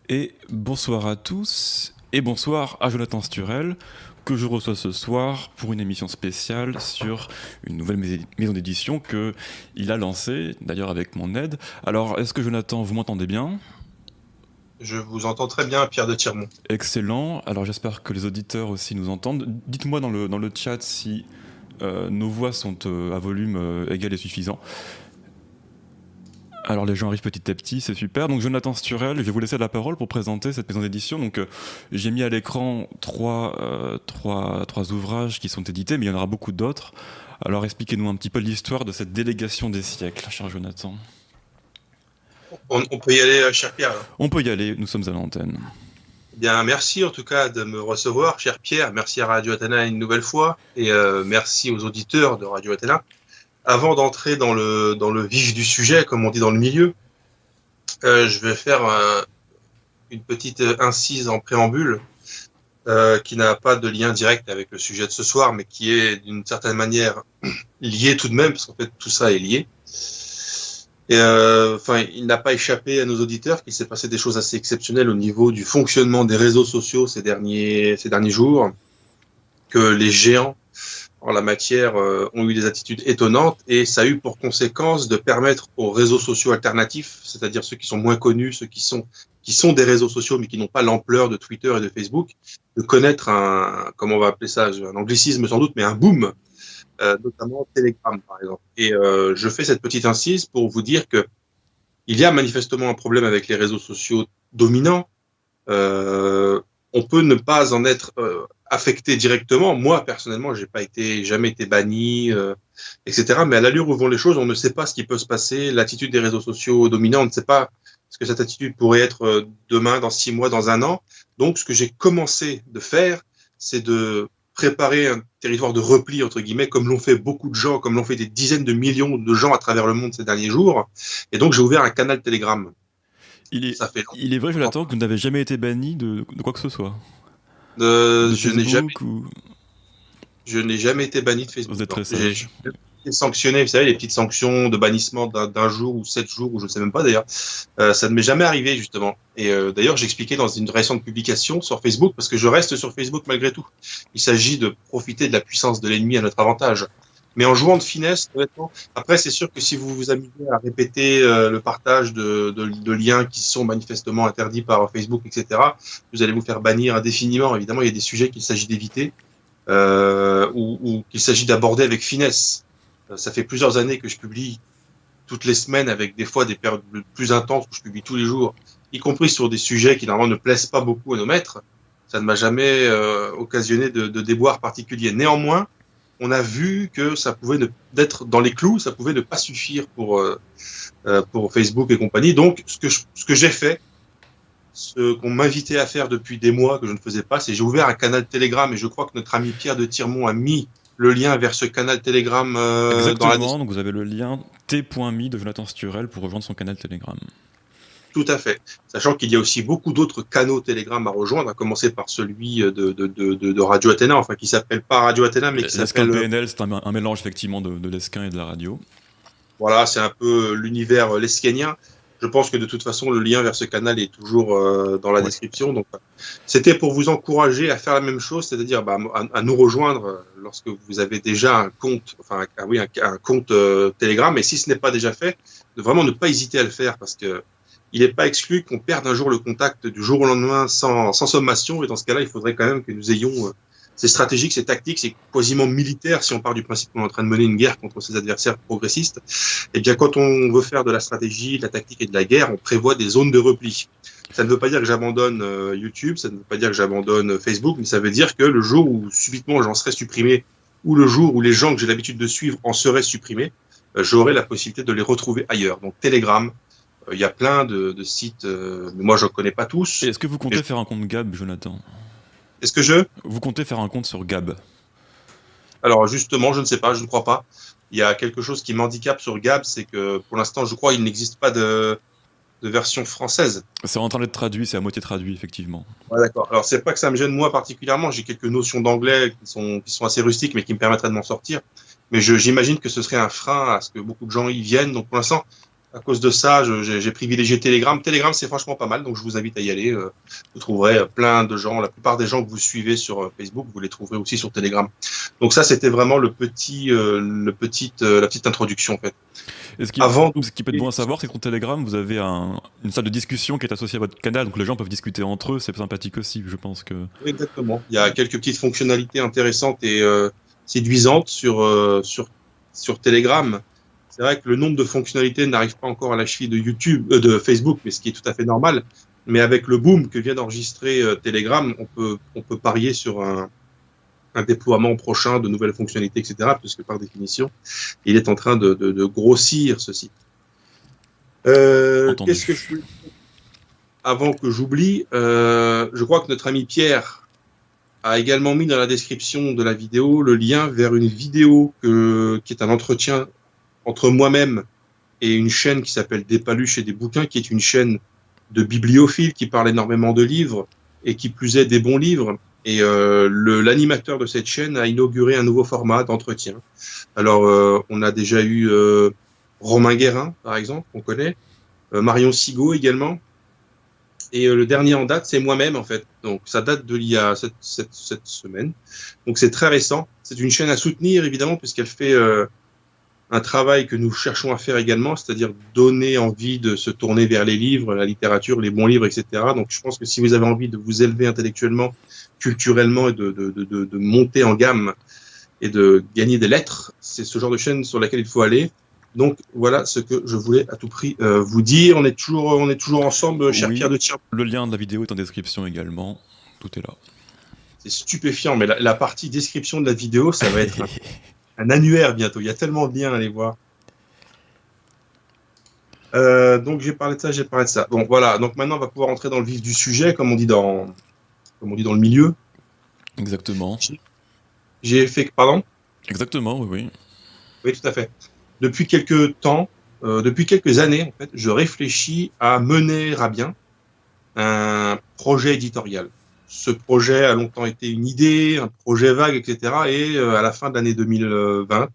Et bonsoir à tous, et bonsoir à Jonathan Sturel, que je reçois ce soir pour une émission spéciale sur une nouvelle maison d'édition qu'il a lancée, d'ailleurs avec mon aide. Alors, est-ce que Jonathan, vous m'entendez bien ? Je vous entends très bien, Pierre de Tirmont. Excellent, alors j'espère que les auditeurs aussi nous entendent. Dites-moi dans le chat si nos voix sont à volume égal et suffisant. Alors les gens arrivent petit à petit, c'est super. Donc Jonathan Sturel, je vais vous laisser la parole pour présenter cette maison d'édition. Donc j'ai mis à l'écran trois ouvrages qui sont édités, mais il y en aura beaucoup d'autres. Alors expliquez-nous un petit peu l'histoire de cette délégation des siècles, cher Jonathan. On peut y aller, cher Pierre. On peut y aller, nous sommes à l'antenne. Bien, merci en tout cas de me recevoir, cher Pierre. Merci à Radio Athéna une nouvelle fois, et merci aux auditeurs de Radio Athéna. Avant d'entrer dans le vif du sujet, comme on dit dans le milieu, je vais faire une petite incise en préambule qui n'a pas de lien direct avec le sujet de ce soir, mais qui est d'une certaine manière lié tout de même, parce qu'en fait tout ça est lié. Et il n'a pas échappé à nos auditeurs qu'il s'est passé des choses assez exceptionnelles au niveau du fonctionnement des réseaux sociaux ces derniers jours, que les géants en la matière ont eu des attitudes étonnantes, et ça a eu pour conséquence de permettre aux réseaux sociaux alternatifs, c'est-à-dire ceux qui sont moins connus, ceux qui sont des réseaux sociaux mais qui n'ont pas l'ampleur de Twitter et de Facebook, de connaître comment on va appeler ça, un anglicisme sans doute, mais un boom, notamment Telegram par exemple. Et je fais cette petite incise pour vous dire que il y a manifestement un problème avec les réseaux sociaux dominants. On peut ne pas en être affecté directement. Moi, personnellement, j'ai jamais été banni, etc. Mais à l'allure où vont les choses, on ne sait pas ce qui peut se passer. L'attitude des réseaux sociaux dominants, on ne sait pas ce que cette attitude pourrait être demain, dans 6 mois, dans un an. Donc, ce que j'ai commencé de faire, c'est de préparer un territoire de repli, entre guillemets, comme l'ont fait beaucoup de gens, comme l'ont fait des dizaines de millions de gens à travers le monde ces derniers jours. Et donc, j'ai ouvert un canal Telegram. Il est vrai, Jonathan, que vous n'avez jamais été banni de quoi que ce soit. Je n'ai jamais été banni de Facebook. Vous êtes très sage. J'ai été sanctionné, vous savez, les petites sanctions de bannissement d'un jour ou 7 jours, ou je ne sais même pas d'ailleurs. Ça ne m'est jamais arrivé, justement. Et d'ailleurs, j'expliquais dans une récente publication sur Facebook, parce que je reste sur Facebook malgré tout. Il s'agit de profiter de la puissance de l'ennemi à notre avantage. Mais en jouant de finesse, honnêtement. Après, c'est sûr que si vous vous amusez à répéter le partage de liens qui sont manifestement interdits par Facebook, etc., vous allez vous faire bannir indéfiniment. Évidemment, il y a des sujets qu'il s'agit d'éviter ou qu'il s'agit d'aborder avec finesse. Ça fait plusieurs années que je publie toutes les semaines, avec des fois des périodes plus intenses où je publie tous les jours, y compris sur des sujets qui normalement ne plaisent pas beaucoup à nos maîtres. Ça ne m'a jamais occasionné de déboires particuliers. Néanmoins, on a vu que ça pouvait d'être dans les clous, ça pouvait ne pas suffire pour Facebook et compagnie. Donc, ce que j'ai fait, ce qu'on m'invitait à faire depuis des mois que je ne faisais pas, c'est j'ai ouvert un canal Telegram, et je crois que notre ami Pierre de Tirmont a mis le lien vers ce canal Telegram dans la description. Donc vous avez le lien t.me de Jonathan Sturel pour rejoindre son canal Telegram. Tout à fait. Sachant qu'il y a aussi beaucoup d'autres canaux Telegram à rejoindre, à commencer par celui de Radio Athéna, enfin qui s'appelle pas Radio Athéna, mais qui s'appelle PNL, c'est un mélange effectivement de l'Esquin et de la radio. Voilà, c'est un peu l'univers lesquinien. Je pense que de toute façon, le lien vers ce canal est toujours dans la description. Donc, c'était pour vous encourager à faire la même chose, c'est-à-dire à nous rejoindre lorsque vous avez déjà un compte, un compte Telegram. Et si ce n'est pas déjà fait, de vraiment ne pas hésiter à le faire, parce que il n'est pas exclu qu'on perde un jour le contact du jour au lendemain sans sommation. Et dans ce cas-là, il faudrait quand même que nous ayons c'est stratégique, c'est tactique, c'est quasiment militaire si on part du principe qu'on est en train de mener une guerre contre ses adversaires progressistes. Et bien, quand on veut faire de la stratégie, de la tactique et de la guerre, on prévoit des zones de repli. Ça ne veut pas dire que j'abandonne YouTube, ça ne veut pas dire que j'abandonne Facebook, mais ça veut dire que le jour où subitement j'en serai supprimé, ou le jour où les gens que j'ai l'habitude de suivre en seraient supprimés, j'aurai la possibilité de les retrouver ailleurs. Donc Telegram, il y a plein de sites, mais moi je ne connais pas tous. Et est-ce que vous comptez faire un compte Gab, Jonathan ? Est-ce que Vous comptez faire un compte sur Gab ? Alors justement, je ne sais pas, je ne crois pas. Il y a quelque chose qui m'handicape sur Gab, c'est que pour l'instant, je crois, il n'existe pas de version française. C'est en train d'être traduit, c'est à moitié traduit, effectivement. Ouais, d'accord. Alors c'est pas que ça me gêne moi particulièrement, j'ai quelques notions d'anglais qui sont assez rustiques, mais qui me permettraient de m'en sortir. Mais j'imagine que ce serait un frein à ce que beaucoup de gens y viennent. Donc pour l'instant, À cause de ça, j'ai privilégié Telegram. Telegram, c'est franchement pas mal, donc je vous invite à y aller. Vous trouverez plein de gens. La plupart des gens que vous suivez sur Facebook, vous les trouverez aussi sur Telegram. Donc ça, c'était vraiment la petite introduction en fait. Et ce Avant, qui peut être bon à savoir, c'est que sur Telegram, vous avez une salle de discussion qui est associée à votre canal, donc les gens peuvent discuter entre eux, c'est sympathique aussi, je pense que... exactement. Il y a quelques petites fonctionnalités intéressantes et séduisantes sur Telegram. C'est vrai que le nombre de fonctionnalités n'arrive pas encore à la cheville de de Facebook, mais ce qui est tout à fait normal. Mais avec le boom que vient d'enregistrer Telegram, on peut parier sur un déploiement prochain de nouvelles fonctionnalités, etc., puisque par définition, il est en train de grossir ce site. Qu'est-ce que je... Avant que j'oublie, je crois que notre ami Pierre a également mis dans la description de la vidéo le lien vers une vidéo qui est un entretien entre moi-même et une chaîne qui s'appelle Des Paluches et des Bouquins, qui est une chaîne de bibliophiles qui parle énormément de livres et qui plus est des bons livres. Et l'animateur de cette chaîne a inauguré un nouveau format d'entretien. Alors, on a déjà eu Romain Guérin, par exemple, qu'on connaît, Marion Sigaud également. Et le dernier en date, c'est moi-même, en fait. Donc, ça date d'il y a cette semaine. Donc, c'est très récent. C'est une chaîne à soutenir, évidemment, puisqu'elle fait un travail que nous cherchons à faire également, c'est-à-dire donner envie de se tourner vers les livres, la littérature, les bons livres, etc. Donc, je pense que si vous avez envie de vous élever intellectuellement, culturellement et de monter en gamme et de gagner des lettres, c'est ce genre de chaîne sur laquelle il faut aller. Donc, voilà ce que je voulais à tout prix vous dire. On est toujours ensemble, cher Pierre de Tirmont. Le lien de la vidéo est en description également. Tout est là. C'est stupéfiant, mais la partie description de la vidéo, ça va être un annuaire bientôt. Il y a tellement de liens à aller voir. Donc j'ai parlé de ça. Bon voilà. Donc maintenant on va pouvoir entrer dans le vif du sujet, comme on dit dans le milieu. Exactement. J'ai fait, pardon. Exactement, oui. Oui, tout à fait. Depuis quelques années, en fait, je réfléchis à mener à bien un projet éditorial. Ce projet a longtemps été une idée, un projet vague, etc. Et à la fin de l'année 2020,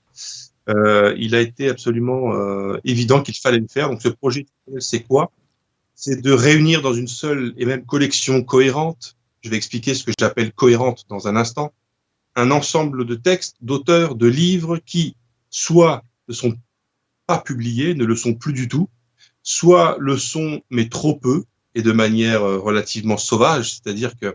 il a été absolument évident qu'il fallait le faire. Donc ce projet, c'est quoi? C'est de réunir dans une seule et même collection cohérente, je vais expliquer ce que j'appelle cohérente dans un instant, un ensemble de textes, d'auteurs, de livres qui soit ne sont pas publiés, ne le sont plus du tout, soit le sont mais trop peu, et de manière relativement sauvage, c'est-à-dire que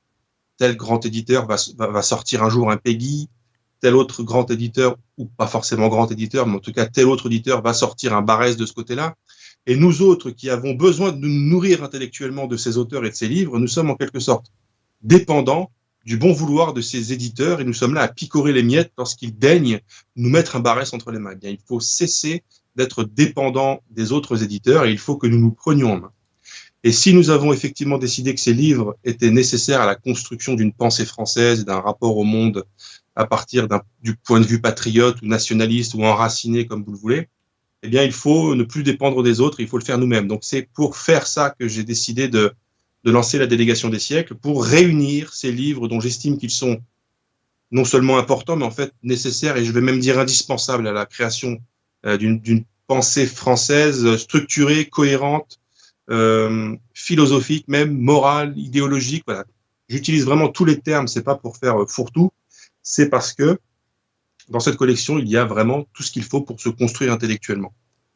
tel grand éditeur va sortir un jour un Peggy, tel autre grand éditeur, ou pas forcément grand éditeur, mais en tout cas tel autre éditeur va sortir un Barès de ce côté-là, et nous autres qui avons besoin de nous nourrir intellectuellement de ces auteurs et de ces livres, nous sommes en quelque sorte dépendants du bon vouloir de ces éditeurs, et nous sommes là à picorer les miettes lorsqu'ils daignent nous mettre un Barès entre les mains. Eh bien, il faut cesser d'être dépendants des autres éditeurs, et il faut que nous nous prenions en main. Et si nous avons effectivement décidé que ces livres étaient nécessaires à la construction d'une pensée française et d'un rapport au monde à partir du point de vue patriote ou nationaliste ou enraciné, comme vous le voulez, eh bien, il faut ne plus dépendre des autres, il faut le faire nous-mêmes. Donc, c'est pour faire ça que j'ai décidé de lancer la délégation des siècles, pour réunir ces livres dont j'estime qu'ils sont non seulement importants, mais en fait nécessaires, et je vais même dire indispensables à la création d'une pensée française structurée, cohérente, philosophique même, morale, idéologique. Voilà. J'utilise vraiment tous les termes, c'est pas pour faire fourre-tout, c'est parce que dans cette collection, il y a vraiment tout ce qu'il faut pour se construire intellectuellement.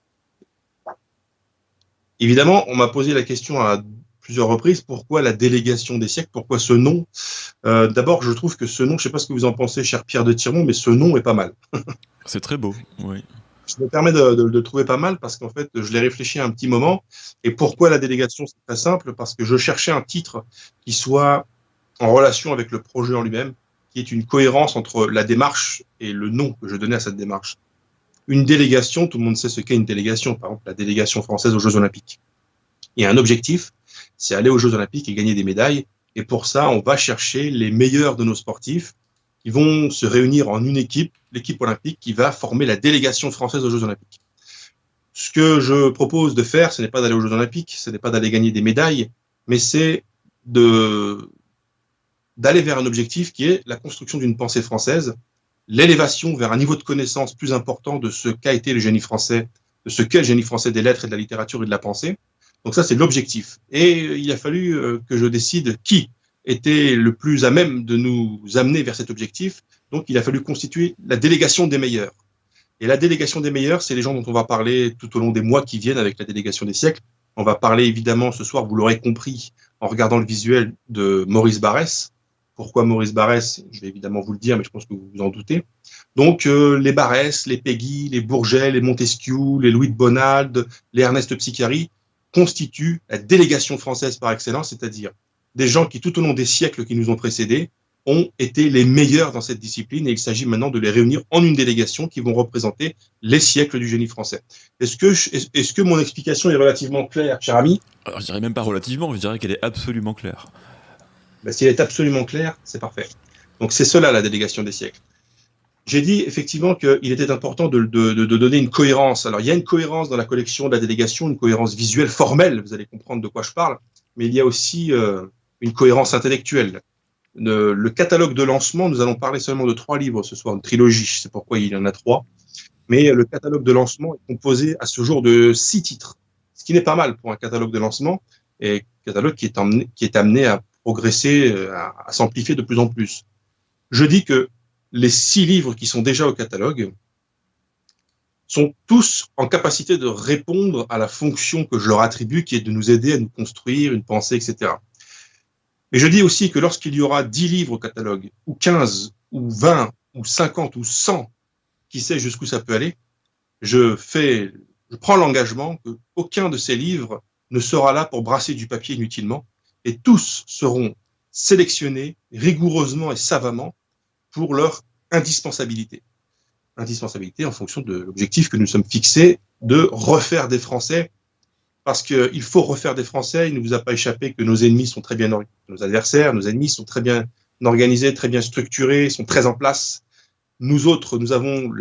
Évidemment, on m'a posé la question à plusieurs reprises, pourquoi la délégation des siècles, pourquoi ce nom? D'abord, je trouve que ce nom, je ne sais pas ce que vous en pensez, cher Pierre de Tirmont, mais ce nom est pas mal. C'est très beau, oui. Je me permets de le trouver pas mal parce qu'en fait, je l'ai réfléchi un petit moment. Et pourquoi la délégation? C'est très simple, parce que je cherchais un titre qui soit en relation avec le projet en lui-même, qui est une cohérence entre la démarche et le nom que je donnais à cette démarche. Une délégation, tout le monde sait ce qu'est une délégation, par exemple la délégation française aux Jeux Olympiques. Il y a un objectif, c'est aller aux Jeux Olympiques et gagner des médailles. Et pour ça, on va chercher les meilleurs de nos sportifs qui vont se réunir en une équipe, l'équipe olympique qui va former la délégation française aux Jeux Olympiques. Ce que je propose de faire, ce n'est pas d'aller aux Jeux Olympiques, ce n'est pas d'aller gagner des médailles, mais c'est d'aller vers un objectif qui est la construction d'une pensée française, l'élévation vers un niveau de connaissance plus important de ce qu'a été le génie français de ce qu'est le génie français des lettres et de la littérature et de la pensée. Donc ça, c'est l'objectif. Et il a fallu que je décide qui était le plus à même de nous amener vers cet objectif. Donc il a fallu constituer la délégation des meilleurs. Et la délégation des meilleurs, c'est les gens dont on va parler tout au long des mois qui viennent avec la délégation des siècles. On va parler évidemment ce soir, vous l'aurez compris, en regardant le visuel, de Maurice Barrès. Pourquoi Maurice Barrès? Je vais évidemment vous le dire, mais je pense que vous vous en doutez. Donc les Barrès, les Péguy, les Bourget, les Montesquieu, les Louis de Bonald, les Ernest Psicari constituent la délégation française par excellence, c'est-à-dire des gens qui tout au long des siècles qui nous ont précédés ont été les meilleurs dans cette discipline, et il s'agit maintenant de les réunir en une délégation qui vont représenter les siècles du génie français. Est-ce que mon explication est relativement claire, cher ami? Alors, je dirais même pas relativement, je dirais qu'elle est absolument claire. Ben, si elle est absolument claire, c'est parfait. Donc c'est cela la délégation des siècles. J'ai dit effectivement qu'il était important de donner une cohérence. Alors il y a une cohérence dans la collection de la délégation, une cohérence visuelle formelle, vous allez comprendre de quoi je parle, mais il y a aussi une cohérence intellectuelle. Le catalogue de lancement, nous allons parler seulement de 3 livres ce soir, une trilogie, c'est pourquoi il y en a 3, mais le catalogue de lancement est composé à ce jour de 6 titres, ce qui n'est pas mal pour un catalogue de lancement, et un catalogue qui est amené à progresser, à s'amplifier de plus en plus. Je dis que les 6 livres qui sont déjà au catalogue sont tous en capacité de répondre à la fonction que je leur attribue, qui est de nous aider à nous construire une pensée, etc. Mais je dis aussi que lorsqu'il y aura 10 livres au catalogue, ou 15, ou 20, ou 50, ou 100, qui sait jusqu'où ça peut aller, je prends l'engagement qu'aucun de ces livres ne sera là pour brasser du papier inutilement, et tous seront sélectionnés rigoureusement et savamment pour leur indispensabilité. Indispensabilité en fonction de l'objectif que nous sommes fixés de refaire des Français, parce qu'il faut refaire des Français. Il ne vous a pas échappé que nos ennemis sont très bien organisés, nos adversaires, nos ennemis sont très bien organisés, très bien structurés, sont très en place. Nous autres, nous avons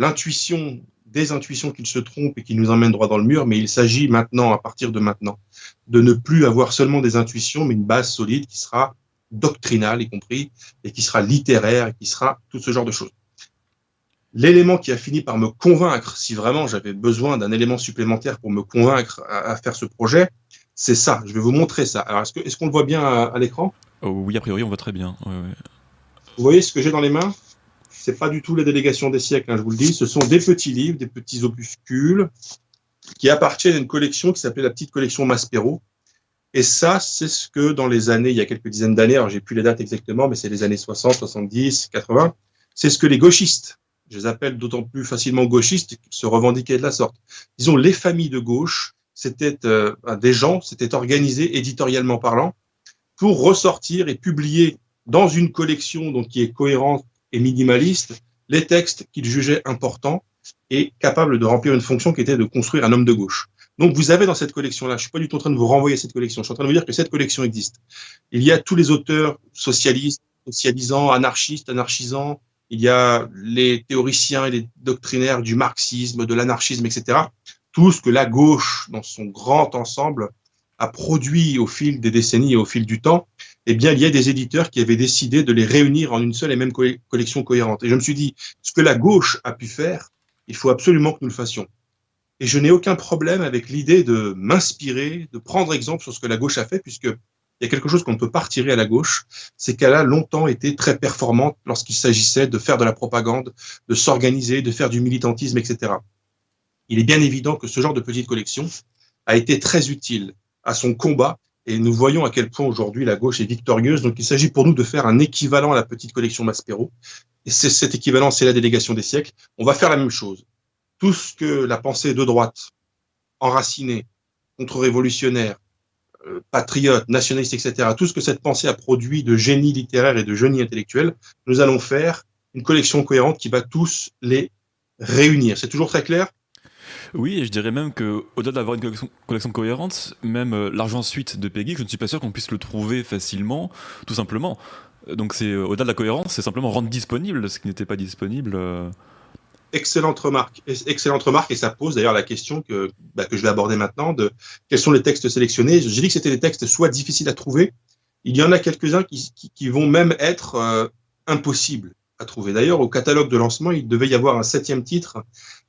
des intuitions qu'ils se trompent et qui nous emmènent droit dans le mur, mais il s'agit maintenant, à partir de maintenant, de ne plus avoir seulement des intuitions, mais une base solide qui sera doctrinale y compris, et qui sera littéraire, et qui sera tout ce genre de choses. L'élément qui a fini par me convaincre, si vraiment j'avais besoin d'un élément supplémentaire pour me convaincre à faire ce projet, c'est ça. Je vais vous montrer ça. Alors, est-ce qu'on le voit bien à l'écran? Oui, a priori, on voit très bien. Ouais. Vous voyez ce que j'ai dans les mains? C'est pas du tout la délégation des siècles, hein, je vous le dis. Ce sont des petits livres, des petits opuscules qui appartiennent à une collection qui s'appelait la petite collection Maspero. Et ça, c'est ce que dans les années, il y a quelques dizaines d'années, alors j'ai plus les dates exactement, mais c'est les années 60, 70, 80, c'est ce que les gauchistes, je les appelle d'autant plus facilement gauchistes, qu'ils se revendiquaient de la sorte. Disons, les familles de gauche, c'était des gens, s'étaient organisés éditorialement parlant pour ressortir et publier dans une collection donc, qui est cohérente et minimaliste, les textes qu'ils jugeaient importants et capables de remplir une fonction qui était de construire un homme de gauche. Donc vous avez dans cette collection-là, je ne suis pas du tout en train de vous renvoyer cette collection, je suis en train de vous dire que cette collection existe. Il y a tous les auteurs socialistes, socialisants, anarchistes, anarchisants, il y a les théoriciens et les doctrinaires du marxisme, de l'anarchisme, etc. Tout ce que la gauche, dans son grand ensemble, a produit au fil des décennies et au fil du temps, eh bien, il y a des éditeurs qui avaient décidé de les réunir en une seule et même collection cohérente. Et je me suis dit, ce que la gauche a pu faire, il faut absolument que nous le fassions. Et je n'ai aucun problème avec l'idée de m'inspirer, de prendre exemple sur ce que la gauche a fait, puisque il y a quelque chose qu'on ne peut pas retirer à la gauche, c'est qu'elle a longtemps été très performante lorsqu'il s'agissait de faire de la propagande, de s'organiser, de faire du militantisme, etc. Il est bien évident que ce genre de petite collection a été très utile à son combat, et nous voyons à quel point aujourd'hui la gauche est victorieuse. Donc il s'agit pour nous de faire un équivalent à la petite collection Maspero, et cet équivalent, c'est la délégation des siècles. On va faire la même chose. Tout ce que la pensée de droite, enracinée, contre-révolutionnaire, patriote, nationaliste, etc., tout ce que cette pensée a produit de génie littéraire et de génie intellectuel, nous allons faire une collection cohérente qui va tous les réunir. C'est toujours très clair ? Oui, et je dirais même qu'au-delà d'avoir une collection cohérente, même l'argent suite de Péguy, je ne suis pas sûr qu'on puisse le trouver facilement, tout simplement. Donc c'est au-delà de la cohérence, c'est simplement rendre disponible ce qui n'était pas disponible. Excellente remarque, et ça pose d'ailleurs la question que je vais aborder maintenant, de quels sont les textes sélectionnés. J'ai dit que c'était des textes soit difficiles à trouver, il y en a quelques-uns qui vont même être impossibles à trouver. D'ailleurs, au catalogue de lancement, il devait y avoir un 7e titre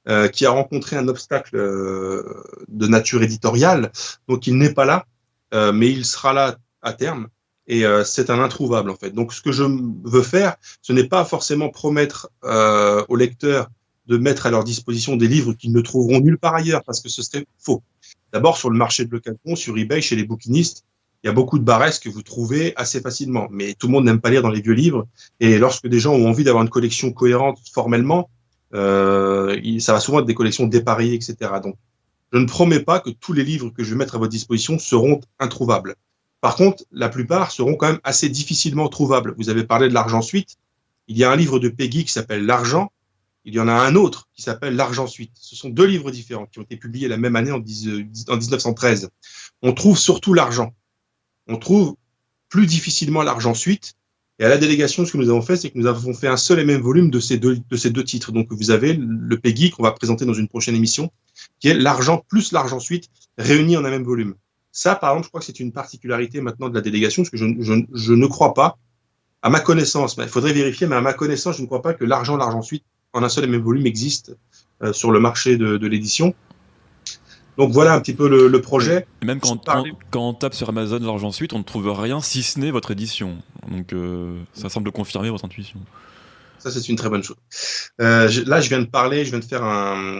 qui a rencontré un obstacle de nature éditoriale, donc il n'est pas là, mais il sera là à terme. Et c'est un introuvable en fait. Donc ce que je veux faire, ce n'est pas forcément promettre aux lecteurs de mettre à leur disposition des livres qu'ils ne trouveront nulle part ailleurs, parce que ce serait faux. D'abord, sur le marché de l'occasion, sur eBay, chez les bouquinistes, il y a beaucoup de barresses que vous trouvez assez facilement. Mais tout le monde n'aime pas lire dans les vieux livres. Et lorsque des gens ont envie d'avoir une collection cohérente formellement, ça va souvent être des collections dépareillées, etc. Donc, je ne promets pas que tous les livres que je vais mettre à votre disposition seront introuvables. Par contre, la plupart seront quand même assez difficilement trouvables. Vous avez parlé de l'Argent Suite. Il y a un livre de Peggy qui s'appelle L'Argent. Il y en a un autre qui s'appelle L'Argent Suite. Ce sont deux livres différents qui ont été publiés la même année en 1913. On trouve surtout l'argent. On trouve plus difficilement l'Argent Suite. Et à la délégation, ce que nous avons fait, c'est que nous avons fait un seul et même volume de ces deux titres. Donc, vous avez le Peggy qu'on va présenter dans une prochaine émission, qui est l'argent plus l'Argent Suite réunis en un même volume. Ça, par exemple, je crois que c'est une particularité maintenant de la délégation, parce que je ne crois pas, à ma connaissance, il faudrait vérifier, mais à ma connaissance, je ne crois pas que l'argent Suite en un seul et même volume existe sur le marché de l'édition. Donc voilà un petit peu le projet. Et même quand on tape sur Amazon l'Argent Suite, on ne trouve rien si ce n'est votre édition. Donc ça semble confirmer votre intuition. Ça, c'est une très bonne chose. Là, je viens de faire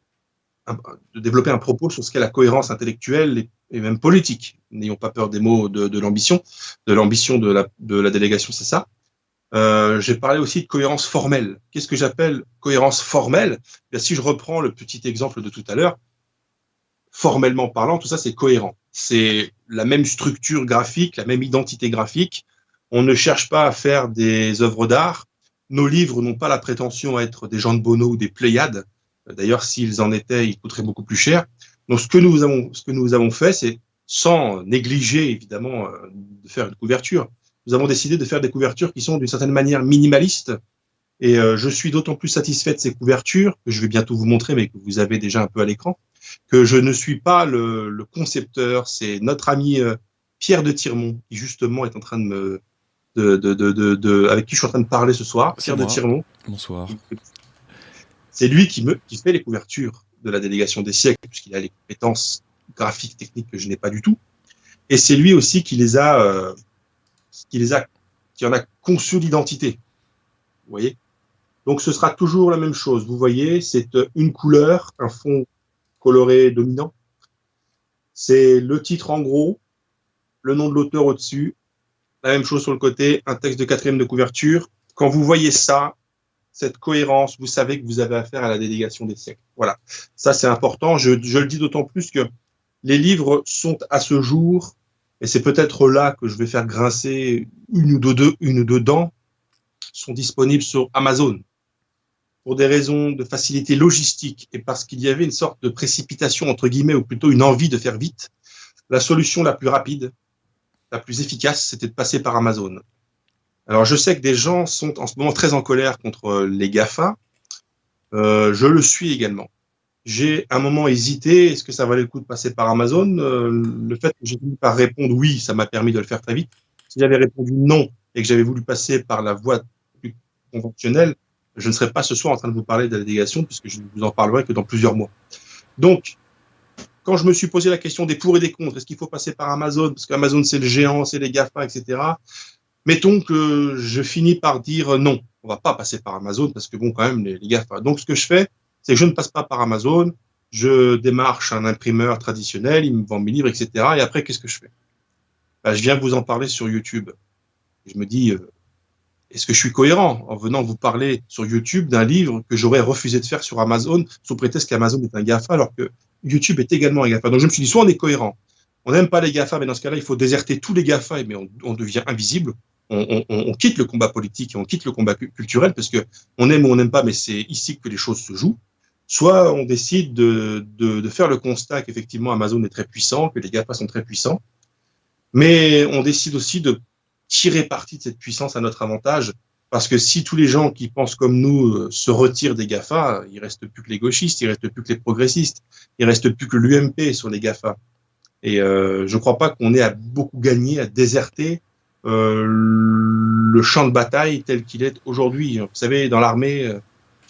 de développer un propos sur ce qu'est la cohérence intellectuelle et même politique. N'ayons pas peur des mots de l'ambition. De l'ambition de la délégation, c'est ça. J'ai parlé aussi de cohérence formelle. Qu'est-ce que j'appelle cohérence formelle ? Bien, si je reprends le petit exemple de tout à l'heure, formellement parlant, tout ça, c'est cohérent. C'est la même structure graphique, la même identité graphique. On ne cherche pas à faire des œuvres d'art. Nos livres n'ont pas la prétention à être des Jean de Bonneau ou des Pléiades. D'ailleurs, s'ils en étaient, ils coûteraient beaucoup plus cher. Donc, ce que nous avons fait, c'est, sans négliger, évidemment, de faire une couverture, nous avons décidé de faire des couvertures qui sont d'une certaine manière minimalistes. Et je suis d'autant plus satisfait de ces couvertures, que je vais bientôt vous montrer, mais que vous avez déjà un peu à l'écran, que je ne suis pas le concepteur. C'est notre ami Pierre de Tirmont, qui justement est en train de avec qui je suis en train de parler ce soir. Pierre de Tirmont. Bonsoir. C'est lui qui fait les couvertures de la délégation des siècles, puisqu'il a les compétences graphiques, techniques que je n'ai pas du tout. Et c'est lui aussi qui en a conçu l'identité. Vous voyez ? Donc ce sera toujours la même chose. Vous voyez, c'est une couleur, un fond coloré dominant. C'est le titre en gros, le nom de l'auteur au-dessus, la même chose sur le côté, un texte de 4e de couverture. Quand vous voyez ça, cette cohérence, vous savez que vous avez affaire à la délégation des siècles. Voilà, ça c'est important. Je le dis d'autant plus que les livres sont à ce jour, et c'est peut-être là que je vais faire grincer une ou deux dents, sont disponibles sur Amazon. Pour des raisons de facilité logistique et parce qu'il y avait une sorte de précipitation, entre guillemets, ou plutôt une envie de faire vite, la solution la plus rapide, la plus efficace, c'était de passer par Amazon. Alors, je sais que des gens sont en ce moment très en colère contre les GAFA. Je le suis également. J'ai un moment hésité, est-ce que ça valait le coup de passer par Amazon ? Le fait que j'ai fini par répondre oui, ça m'a permis de le faire très vite. Si j'avais répondu non et que j'avais voulu passer par la voie plus conventionnelle, je ne serais pas ce soir en train de vous parler de la délégation, puisque je ne vous en parlerai que dans plusieurs mois. Donc, quand je me suis posé la question des pour et des contre, est-ce qu'il faut passer par Amazon ? Parce qu'Amazon, c'est le géant, c'est les GAFA, etc. Mettons que je finis par dire non, on ne va pas passer par Amazon, parce que bon, quand même, les GAFA. Donc, ce que je fais, c'est que je ne passe pas par Amazon, je démarche un imprimeur traditionnel, il me vend mes livres, etc. Et après, qu'est-ce que je fais ? Je viens vous en parler sur YouTube. Et je me dis, est-ce que je suis cohérent en venant vous parler sur YouTube d'un livre que j'aurais refusé de faire sur Amazon sous prétexte qu'Amazon est un GAFA alors que YouTube est également un GAFA. Donc je me suis dit, soit on est cohérent, on n'aime pas les GAFA, mais dans ce cas-là, il faut déserter tous les GAFA, mais on devient invisible, on quitte le combat politique et on quitte le combat culturel parce que on aime ou on n'aime pas, mais c'est ici que les choses se jouent. Soit on décide de faire le constat qu'effectivement Amazon est très puissant, que les GAFA sont très puissants, mais on décide aussi de tirer parti de cette puissance à notre avantage, parce que si tous les gens qui pensent comme nous se retirent des GAFA, il reste plus que les gauchistes, il reste plus que les progressistes, il reste plus que l'UMP sur les GAFA. Et je crois pas qu'on ait à beaucoup gagné à déserter le champ de bataille tel qu'il est aujourd'hui. Vous savez, dans l'armée,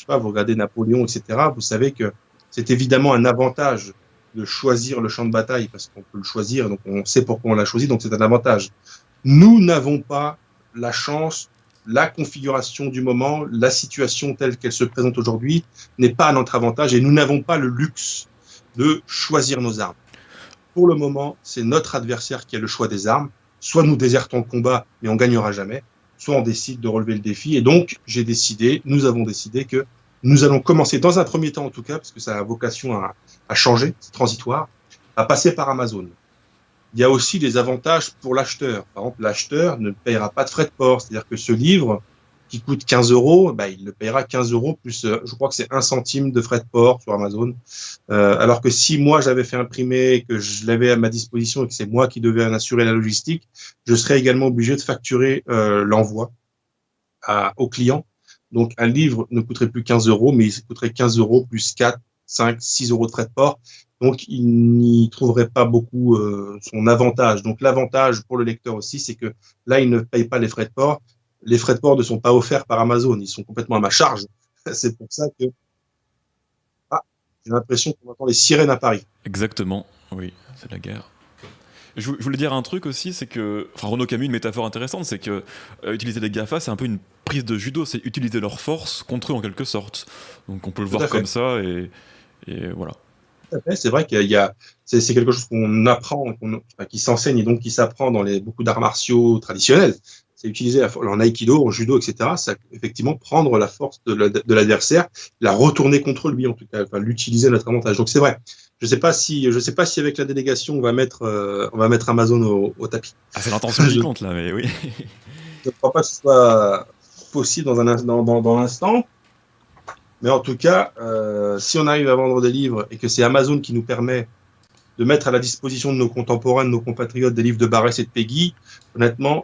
pas, vous regardez Napoléon, etc., vous savez que c'est évidemment un avantage de choisir le champ de bataille, parce qu'on peut le choisir, donc on sait pourquoi on l'a choisi, donc c'est un avantage. Nous n'avons pas la chance, la configuration du moment, la situation telle qu'elle se présente aujourd'hui n'est pas à notre avantage, et nous n'avons pas le luxe de choisir nos armes. Pour le moment, c'est notre adversaire qui a le choix des armes. Soit nous désertons le combat, mais on gagnera jamais, soit on décide de relever le défi. Et donc, nous avons décidé que nous allons commencer, dans un premier temps en tout cas, parce que ça a vocation à changer, c'est transitoire, à passer par Amazon. Il y a aussi des avantages pour l'acheteur. Par exemple, l'acheteur ne paiera pas de frais de port. C'est-à-dire que ce livre, qui coûte 15 €, il le paiera 15 € plus, je crois que c'est 1 centime de frais de port sur Amazon. Alors que si moi j'avais fait imprimer, que je l'avais à ma disposition et que c'est moi qui devais en assurer la logistique, je serais également obligé de facturer l'envoi au client. Donc un livre ne coûterait plus 15 €, mais il coûterait 15 € plus 4, 5, 6 € de frais de port. Donc il n'y trouverait pas beaucoup son avantage. Donc l'avantage pour le lecteur aussi, c'est que là, il ne paye pas les frais de port. Les frais de port ne sont pas offerts par Amazon, ils sont complètement à ma charge. C'est pour ça que j'ai l'impression qu'on entend les sirènes à Paris. Exactement, oui, c'est la guerre. Je voulais dire un truc aussi, c'est que, Renaud Camus, une métaphore intéressante, c'est que utiliser les GAFA, c'est un peu une prise de judo, c'est utiliser leur force contre eux en quelque sorte. Donc on peut le voir comme ça, et voilà. C'est vrai qu'il y a, c'est quelque chose qu'on apprend, qui s'enseigne et donc qui s'apprend dans beaucoup d'arts martiaux traditionnels. C'est utiliser en aïkido, en judo, etc. C'est effectivement prendre la force de l'adversaire, la retourner contre lui, en tout cas, l'utiliser à notre avantage. Donc c'est vrai. Je sais pas si avec la délégation on va mettre Amazon au tapis. Ah, c'est l'intention qui compte là, mais oui. Je ne crois pas que ce soit possible dans l'instant. Mais en tout cas, si on arrive à vendre des livres et que c'est Amazon qui nous permet de mettre à la disposition de nos contemporains, de nos compatriotes, des livres de Barès et de Peggy, honnêtement,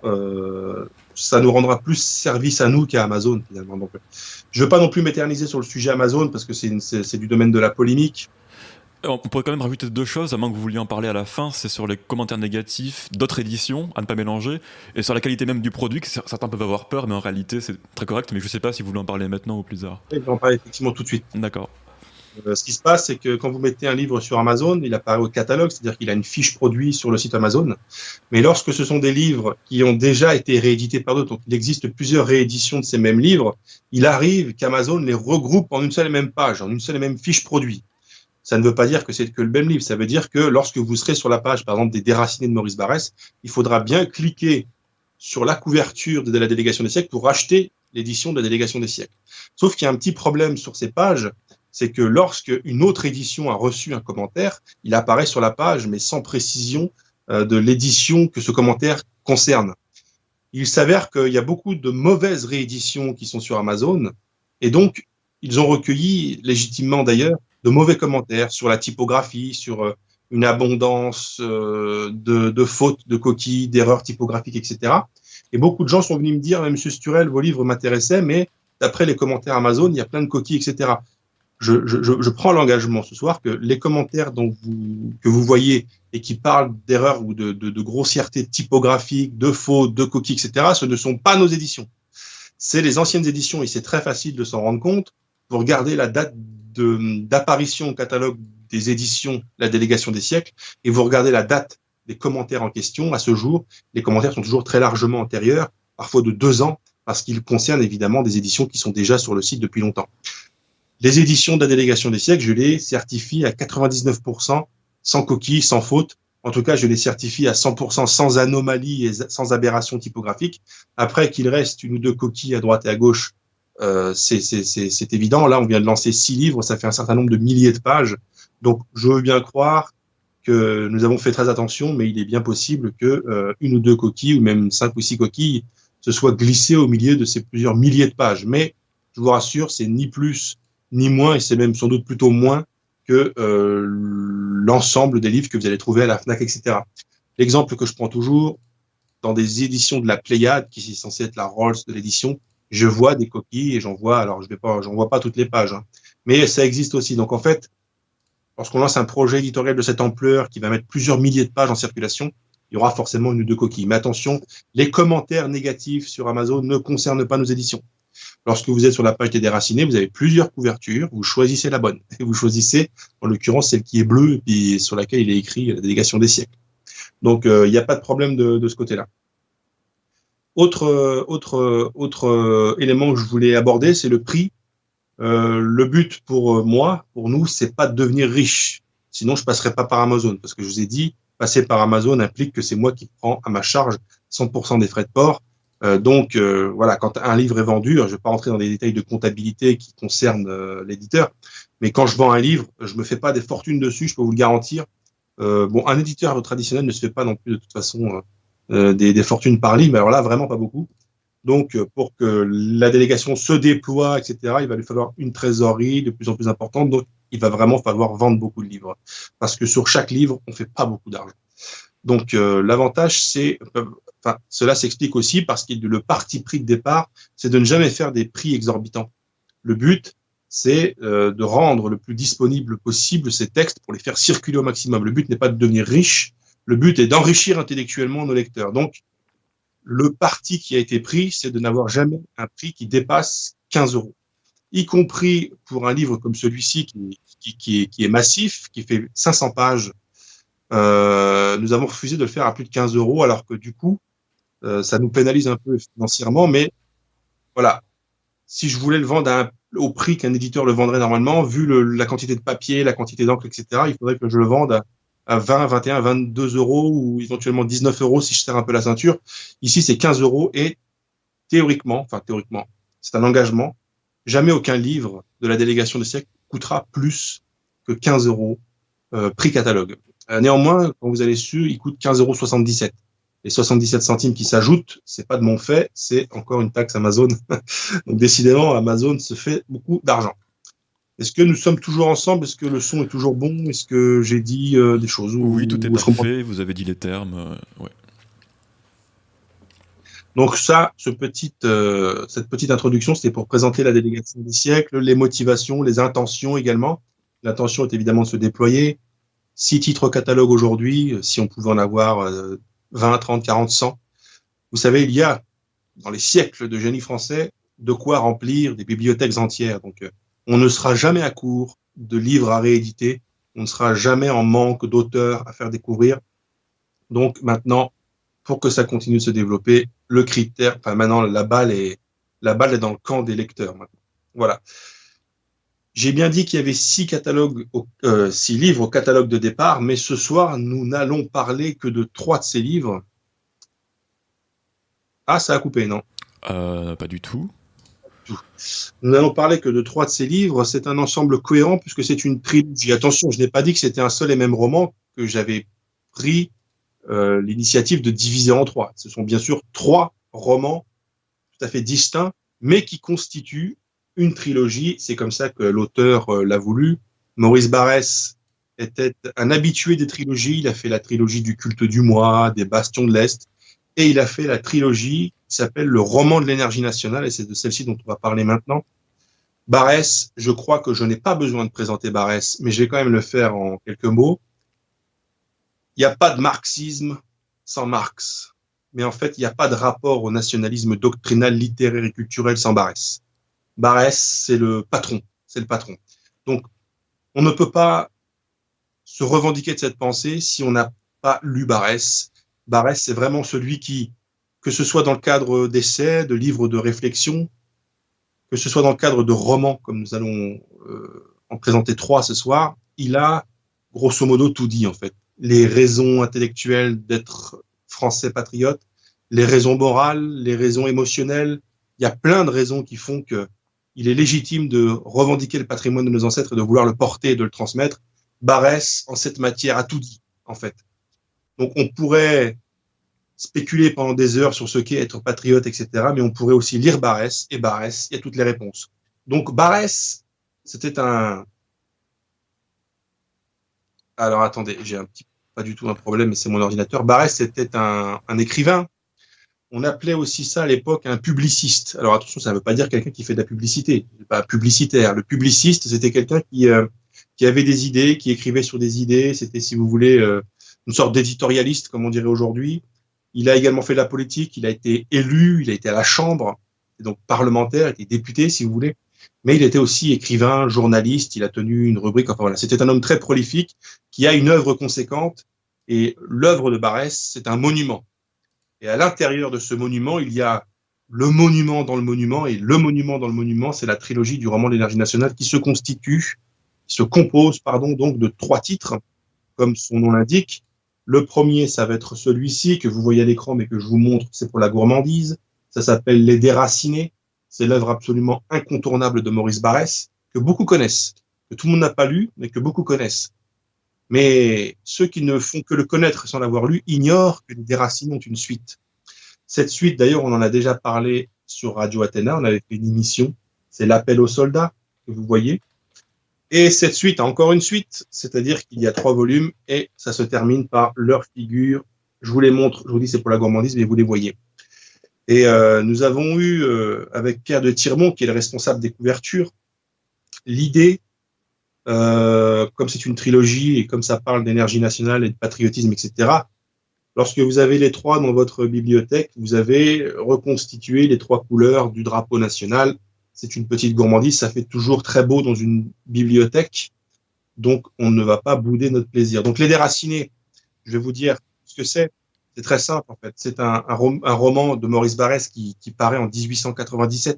ça nous rendra plus service à nous qu'à Amazon, finalement. Donc, je ne veux pas non plus m'éterniser sur le sujet Amazon, parce que c'est du domaine de la polémique. On pourrait quand même rajouter 2 choses, à moins que vous vouliez en parler à la fin, c'est sur les commentaires négatifs d'autres éditions, à ne pas mélanger, et sur la qualité même du produit, que certains peuvent avoir peur, mais en réalité c'est très correct, mais je ne sais pas si vous voulez en parler maintenant ou plus tard. Je vais en parler effectivement tout de suite. D'accord. Ce qui se passe, c'est que quand vous mettez un livre sur Amazon, il apparaît au catalogue, c'est-à-dire qu'il a une fiche produit sur le site Amazon. Mais lorsque ce sont des livres qui ont déjà été réédités par d'autres, donc il existe plusieurs rééditions de ces mêmes livres, il arrive qu'Amazon les regroupe en une seule et même page, en une seule et même fiche produit. Ça ne veut pas dire que c'est que le même livre, ça veut dire que lorsque vous serez sur la page, par exemple, des Déracinés de Maurice Barrès, il faudra bien cliquer sur la couverture de la Délégation des siècles pour acheter l'édition de la Délégation des siècles. Sauf qu'il y a un petit problème sur ces pages, c'est que lorsque une autre édition a reçu un commentaire, il apparaît sur la page, mais sans précision de l'édition que ce commentaire concerne. Il s'avère qu'il y a beaucoup de mauvaises rééditions qui sont sur Amazon, et donc ils ont recueilli, légitimement d'ailleurs, de mauvais commentaires sur la typographie, sur une abondance de fautes, de coquilles, d'erreurs typographiques, etc. Et beaucoup de gens sont venus me dire, Monsieur Sturel, vos livres m'intéressaient, mais d'après les commentaires Amazon, il y a plein de coquilles, etc. Je prends l'engagement ce soir que les commentaires que vous voyez et qui parlent d'erreurs ou de grossièreté typographique, de fautes, de coquilles, etc., ce ne sont pas nos éditions. C'est les anciennes éditions et c'est très facile de s'en rendre compte. Vous regardez la date d'apparition au catalogue des éditions La Délégation des siècles et vous regardez la date des commentaires en question. À ce jour, les commentaires sont toujours très largement antérieurs, parfois de 2 ans, parce qu'ils concernent évidemment des éditions qui sont déjà sur le site depuis longtemps. Les éditions de La Délégation des siècles, je les certifie à 99%, sans coquille, sans faute. En tout cas, je les certifie à 100% sans anomalie et sans aberration typographique. Après qu'il reste 1 ou 2 coquilles à droite et à gauche, c'est évident. Là, on vient de lancer 6 livres, ça fait un certain nombre de milliers de pages. Donc, je veux bien croire que nous avons fait très attention, mais il est bien possible que 1 ou 2 coquilles, ou même 5 ou 6 coquilles, se soient glissées au milieu de ces plusieurs milliers de pages. Mais, je vous rassure, c'est ni plus ni moins, et c'est même sans doute plutôt moins que l'ensemble des livres que vous allez trouver à la FNAC, etc. L'exemple que je prends toujours, dans des éditions de la Pléiade, qui est censée être la Rolls de l'édition, je vois des coquilles et j'en vois, alors j'en vois pas toutes les pages, hein, mais ça existe aussi. Donc en fait, lorsqu'on lance un projet éditorial de cette ampleur qui va mettre plusieurs milliers de pages en circulation, il y aura forcément 1 ou 2 coquilles. Mais attention, les commentaires négatifs sur Amazon ne concernent pas nos éditions. Lorsque vous êtes sur la page des déracinés, vous avez plusieurs couvertures, vous choisissez la bonne. Et vous choisissez, en l'occurrence, celle qui est bleue et puis sur laquelle il est écrit la délégation des siècles. Donc, il n'y a pas de problème de ce côté-là. Autre élément que je voulais aborder, c'est le prix. Le but pour moi, pour nous, c'est pas de devenir riche. Sinon, je passerai pas par Amazon, parce que je vous ai dit, passer par Amazon implique que c'est moi qui prends à ma charge 100% des frais de port. Donc, voilà, quand un livre est vendu, je vais pas rentrer dans des détails de comptabilité qui concernent l'éditeur, mais quand je vends un livre, je me fais pas des fortunes dessus, je peux vous le garantir. Bon, un éditeur traditionnel ne se fait pas non plus de toute façon des fortunes par livre, mais alors là, vraiment pas beaucoup. Donc, pour que la délégation se déploie, etc., il va lui falloir une trésorerie de plus en plus importante. Donc, il va vraiment falloir vendre beaucoup de livres. Parce que sur chaque livre, on fait pas beaucoup d'argent. Donc, l'avantage, c'est... Enfin, cela s'explique aussi parce que le parti pris de départ, c'est de ne jamais faire des prix exorbitants. Le but, c'est de rendre le plus disponible possible ces textes pour les faire circuler au maximum. Le but n'est pas de devenir riche. Le but est d'enrichir intellectuellement nos lecteurs. Donc, le parti qui a été pris, c'est de n'avoir jamais un prix qui dépasse 15 €. Y compris pour un livre comme celui-ci qui est massif, qui fait 500 pages. Nous avons refusé de le faire à plus de 15 € alors que du coup, ça nous pénalise un peu financièrement. Mais voilà, si je voulais le vendre au prix qu'un éditeur le vendrait normalement, vu la quantité de papier, la quantité d'encre, etc., il faudrait que je le vende à 20, 21, 22 € ou éventuellement 19 € si je serre un peu la ceinture. Ici, c'est 15 € et théoriquement, c'est un engagement. Jamais aucun livre de la délégation des siècles coûtera plus que 15 € prix catalogue. Néanmoins, quand vous allez dessus, il coûte 15,77 €. Les 77 centimes qui s'ajoutent, c'est pas de mon fait, c'est encore une taxe Amazon. Donc décidément, Amazon se fait beaucoup d'argent. Est-ce que nous sommes toujours ensemble? Est-ce que le son est toujours bon? Est-ce que j'ai dit des choses? Oui, tout est parfait. Vous avez dit les termes. Ouais. Donc ça, cette petite introduction, c'était pour présenter la délégation des siècles, les motivations, les intentions également. L'intention est évidemment de se déployer. 6 titres au catalogue aujourd'hui, si on pouvait en avoir 20, 30, 40, 100. Vous savez, il y a, dans les siècles de génie français, de quoi remplir des bibliothèques entières. Donc, on ne sera jamais à court de livres à rééditer. On ne sera jamais en manque d'auteurs à faire découvrir. Donc, maintenant, pour que ça continue de se développer, le critère, maintenant, la balle est dans le camp des lecteurs, maintenant. Voilà. J'ai bien dit qu'il y avait 6 livres au catalogue de départ, mais ce soir, nous n'allons parler que de 3 de ces livres. Ah, ça a coupé, non? Pas du tout. Nous n'allons parler que de 3 de ces livres. C'est un ensemble cohérent puisque c'est une trilogie. Attention, je n'ai pas dit que c'était un seul et même roman, que j'avais pris l'initiative de diviser en 3. Ce sont bien sûr 3 romans tout à fait distincts, mais qui constituent une trilogie. C'est comme ça que l'auteur l'a voulu. Maurice Barrès était un habitué des trilogies. Il a fait la trilogie du culte du moi, des bastions de l'Est, et il a fait la trilogie qui s'appelle le roman de l'énergie nationale, et c'est de celle-ci dont on va parler maintenant. Barrès, je crois que je n'ai pas besoin de présenter Barrès, mais je vais quand même le faire en quelques mots. Il n'y a pas de marxisme sans Marx, mais en fait, il n'y a pas de rapport au nationalisme doctrinal, littéraire et culturel sans Barrès. Barrès, c'est le patron, Donc, on ne peut pas se revendiquer de cette pensée si on n'a pas lu Barrès. Barrès, c'est vraiment celui qui, que ce soit dans le cadre d'essais, de livres de réflexion, que ce soit dans le cadre de romans, comme nous allons en présenter 3 ce soir, il a grosso modo tout dit en fait. Les raisons intellectuelles d'être français patriote, les raisons morales, les raisons émotionnelles. Il y a plein de raisons qui font que il est légitime de revendiquer le patrimoine de nos ancêtres et de vouloir le porter et de le transmettre. Barrès, en cette matière, a tout dit, en fait. Donc, on pourrait spéculer pendant des heures sur ce qu'est être patriote, etc., mais on pourrait aussi lire Barrès, et Barrès, il y a toutes les réponses. Donc, Barrès, c'était un... Alors, attendez, j'ai pas du tout un problème, mais c'est mon ordinateur. Barrès, c'était un écrivain. On appelait aussi ça à l'époque un publiciste. Alors attention, ça ne veut pas dire quelqu'un qui fait de la publicité, c'est pas publicitaire. Le publiciste, c'était quelqu'un qui avait des idées, qui écrivait sur des idées. C'était, si vous voulez, une sorte d'éditorialiste, comme on dirait aujourd'hui. Il a également fait de la politique. Il a été élu, il a été à la Chambre. était donc parlementaire, était député, si vous voulez, mais il était aussi écrivain, journaliste, il a tenu une rubrique, enfin voilà, c'était un homme très prolifique, qui a une œuvre conséquente, et l'œuvre de Barrès, c'est un monument. Et à l'intérieur de ce monument, il y a le monument dans le monument, et le monument dans le monument, c'est la trilogie du roman de l'énergie nationale qui se compose, donc de 3 titres, comme son nom l'indique. Le premier, ça va être celui-ci que vous voyez à l'écran, mais que je vous montre, c'est pour la gourmandise. Ça s'appelle Les Déracinés. C'est l'œuvre absolument incontournable de Maurice Barrès, que beaucoup connaissent, que tout le monde n'a pas lu, mais que beaucoup connaissent. Mais ceux qui ne font que le connaître sans l'avoir lu ignorent que Les Déracinés ont une suite. Cette suite, d'ailleurs, on en a déjà parlé sur Radio Athéna, on avait fait une émission, c'est L'Appel aux soldats, que vous voyez. Et cette suite a encore une suite, c'est-à-dire qu'il y a 3 volumes et ça se termine par leur figure. Je vous les montre, je vous dis c'est pour la gourmandise, mais vous les voyez. Et nous avons eu, avec Pierre de Tirmont, qui est le responsable des couvertures, l'idée, comme c'est une trilogie et comme ça parle d'énergie nationale et de patriotisme, etc., lorsque vous avez les 3 dans votre bibliothèque, vous avez reconstitué les 3 couleurs du drapeau national. C'est une petite gourmandise, ça fait toujours très beau dans une bibliothèque, donc on ne va pas bouder notre plaisir. Donc Les Déracinés, je vais vous dire ce que c'est. C'est très simple en fait. C'est un roman de Maurice Barrès qui paraît en 1897.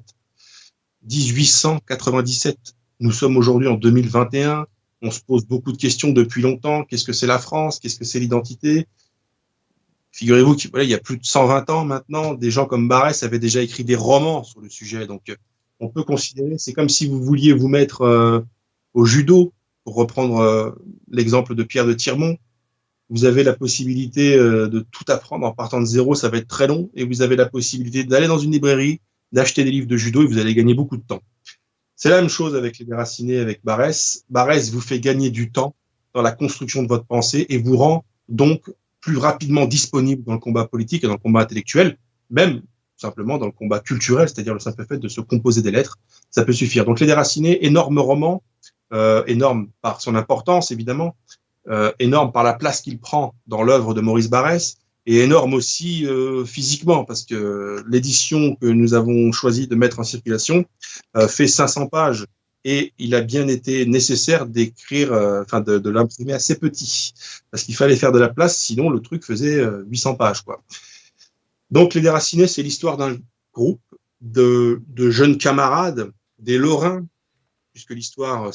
1897. Nous sommes aujourd'hui en 2021. On se pose beaucoup de questions depuis longtemps. Qu'est-ce que c'est la France? Qu'est-ce que c'est l'identité? Figurez-vous qu'il y a plus de 120 ans maintenant, des gens comme Barrès avaient déjà écrit des romans sur le sujet. Donc, on peut considérer, c'est comme si vous vouliez vous mettre au judo, pour reprendre l'exemple de Pierre de Tirmont. Vous avez la possibilité de tout apprendre en partant de zéro, ça va être très long, et vous avez la possibilité d'aller dans une librairie, d'acheter des livres de judo, et vous allez gagner beaucoup de temps. C'est la même chose avec Les Déracinés, avec Barrès. Barrès vous fait gagner du temps dans la construction de votre pensée et vous rend donc plus rapidement disponible dans le combat politique et dans le combat intellectuel, même simplement dans le combat culturel, c'est-à-dire le simple fait de se composer des lettres, ça peut suffire. Donc Les Déracinés, énorme roman, énorme par son importance évidemment, énorme par la place qu'il prend dans l'œuvre de Maurice Barrès, et énorme aussi physiquement, parce que l'édition que nous avons choisi de mettre en circulation fait 500 pages, et il a bien été nécessaire d'écrire, de l'imprimer assez petit, parce qu'il fallait faire de la place, sinon le truc faisait 800 pages, quoi. Donc Les Déracinés, c'est l'histoire d'un groupe de jeunes camarades, des Lorrains, puisque l'histoire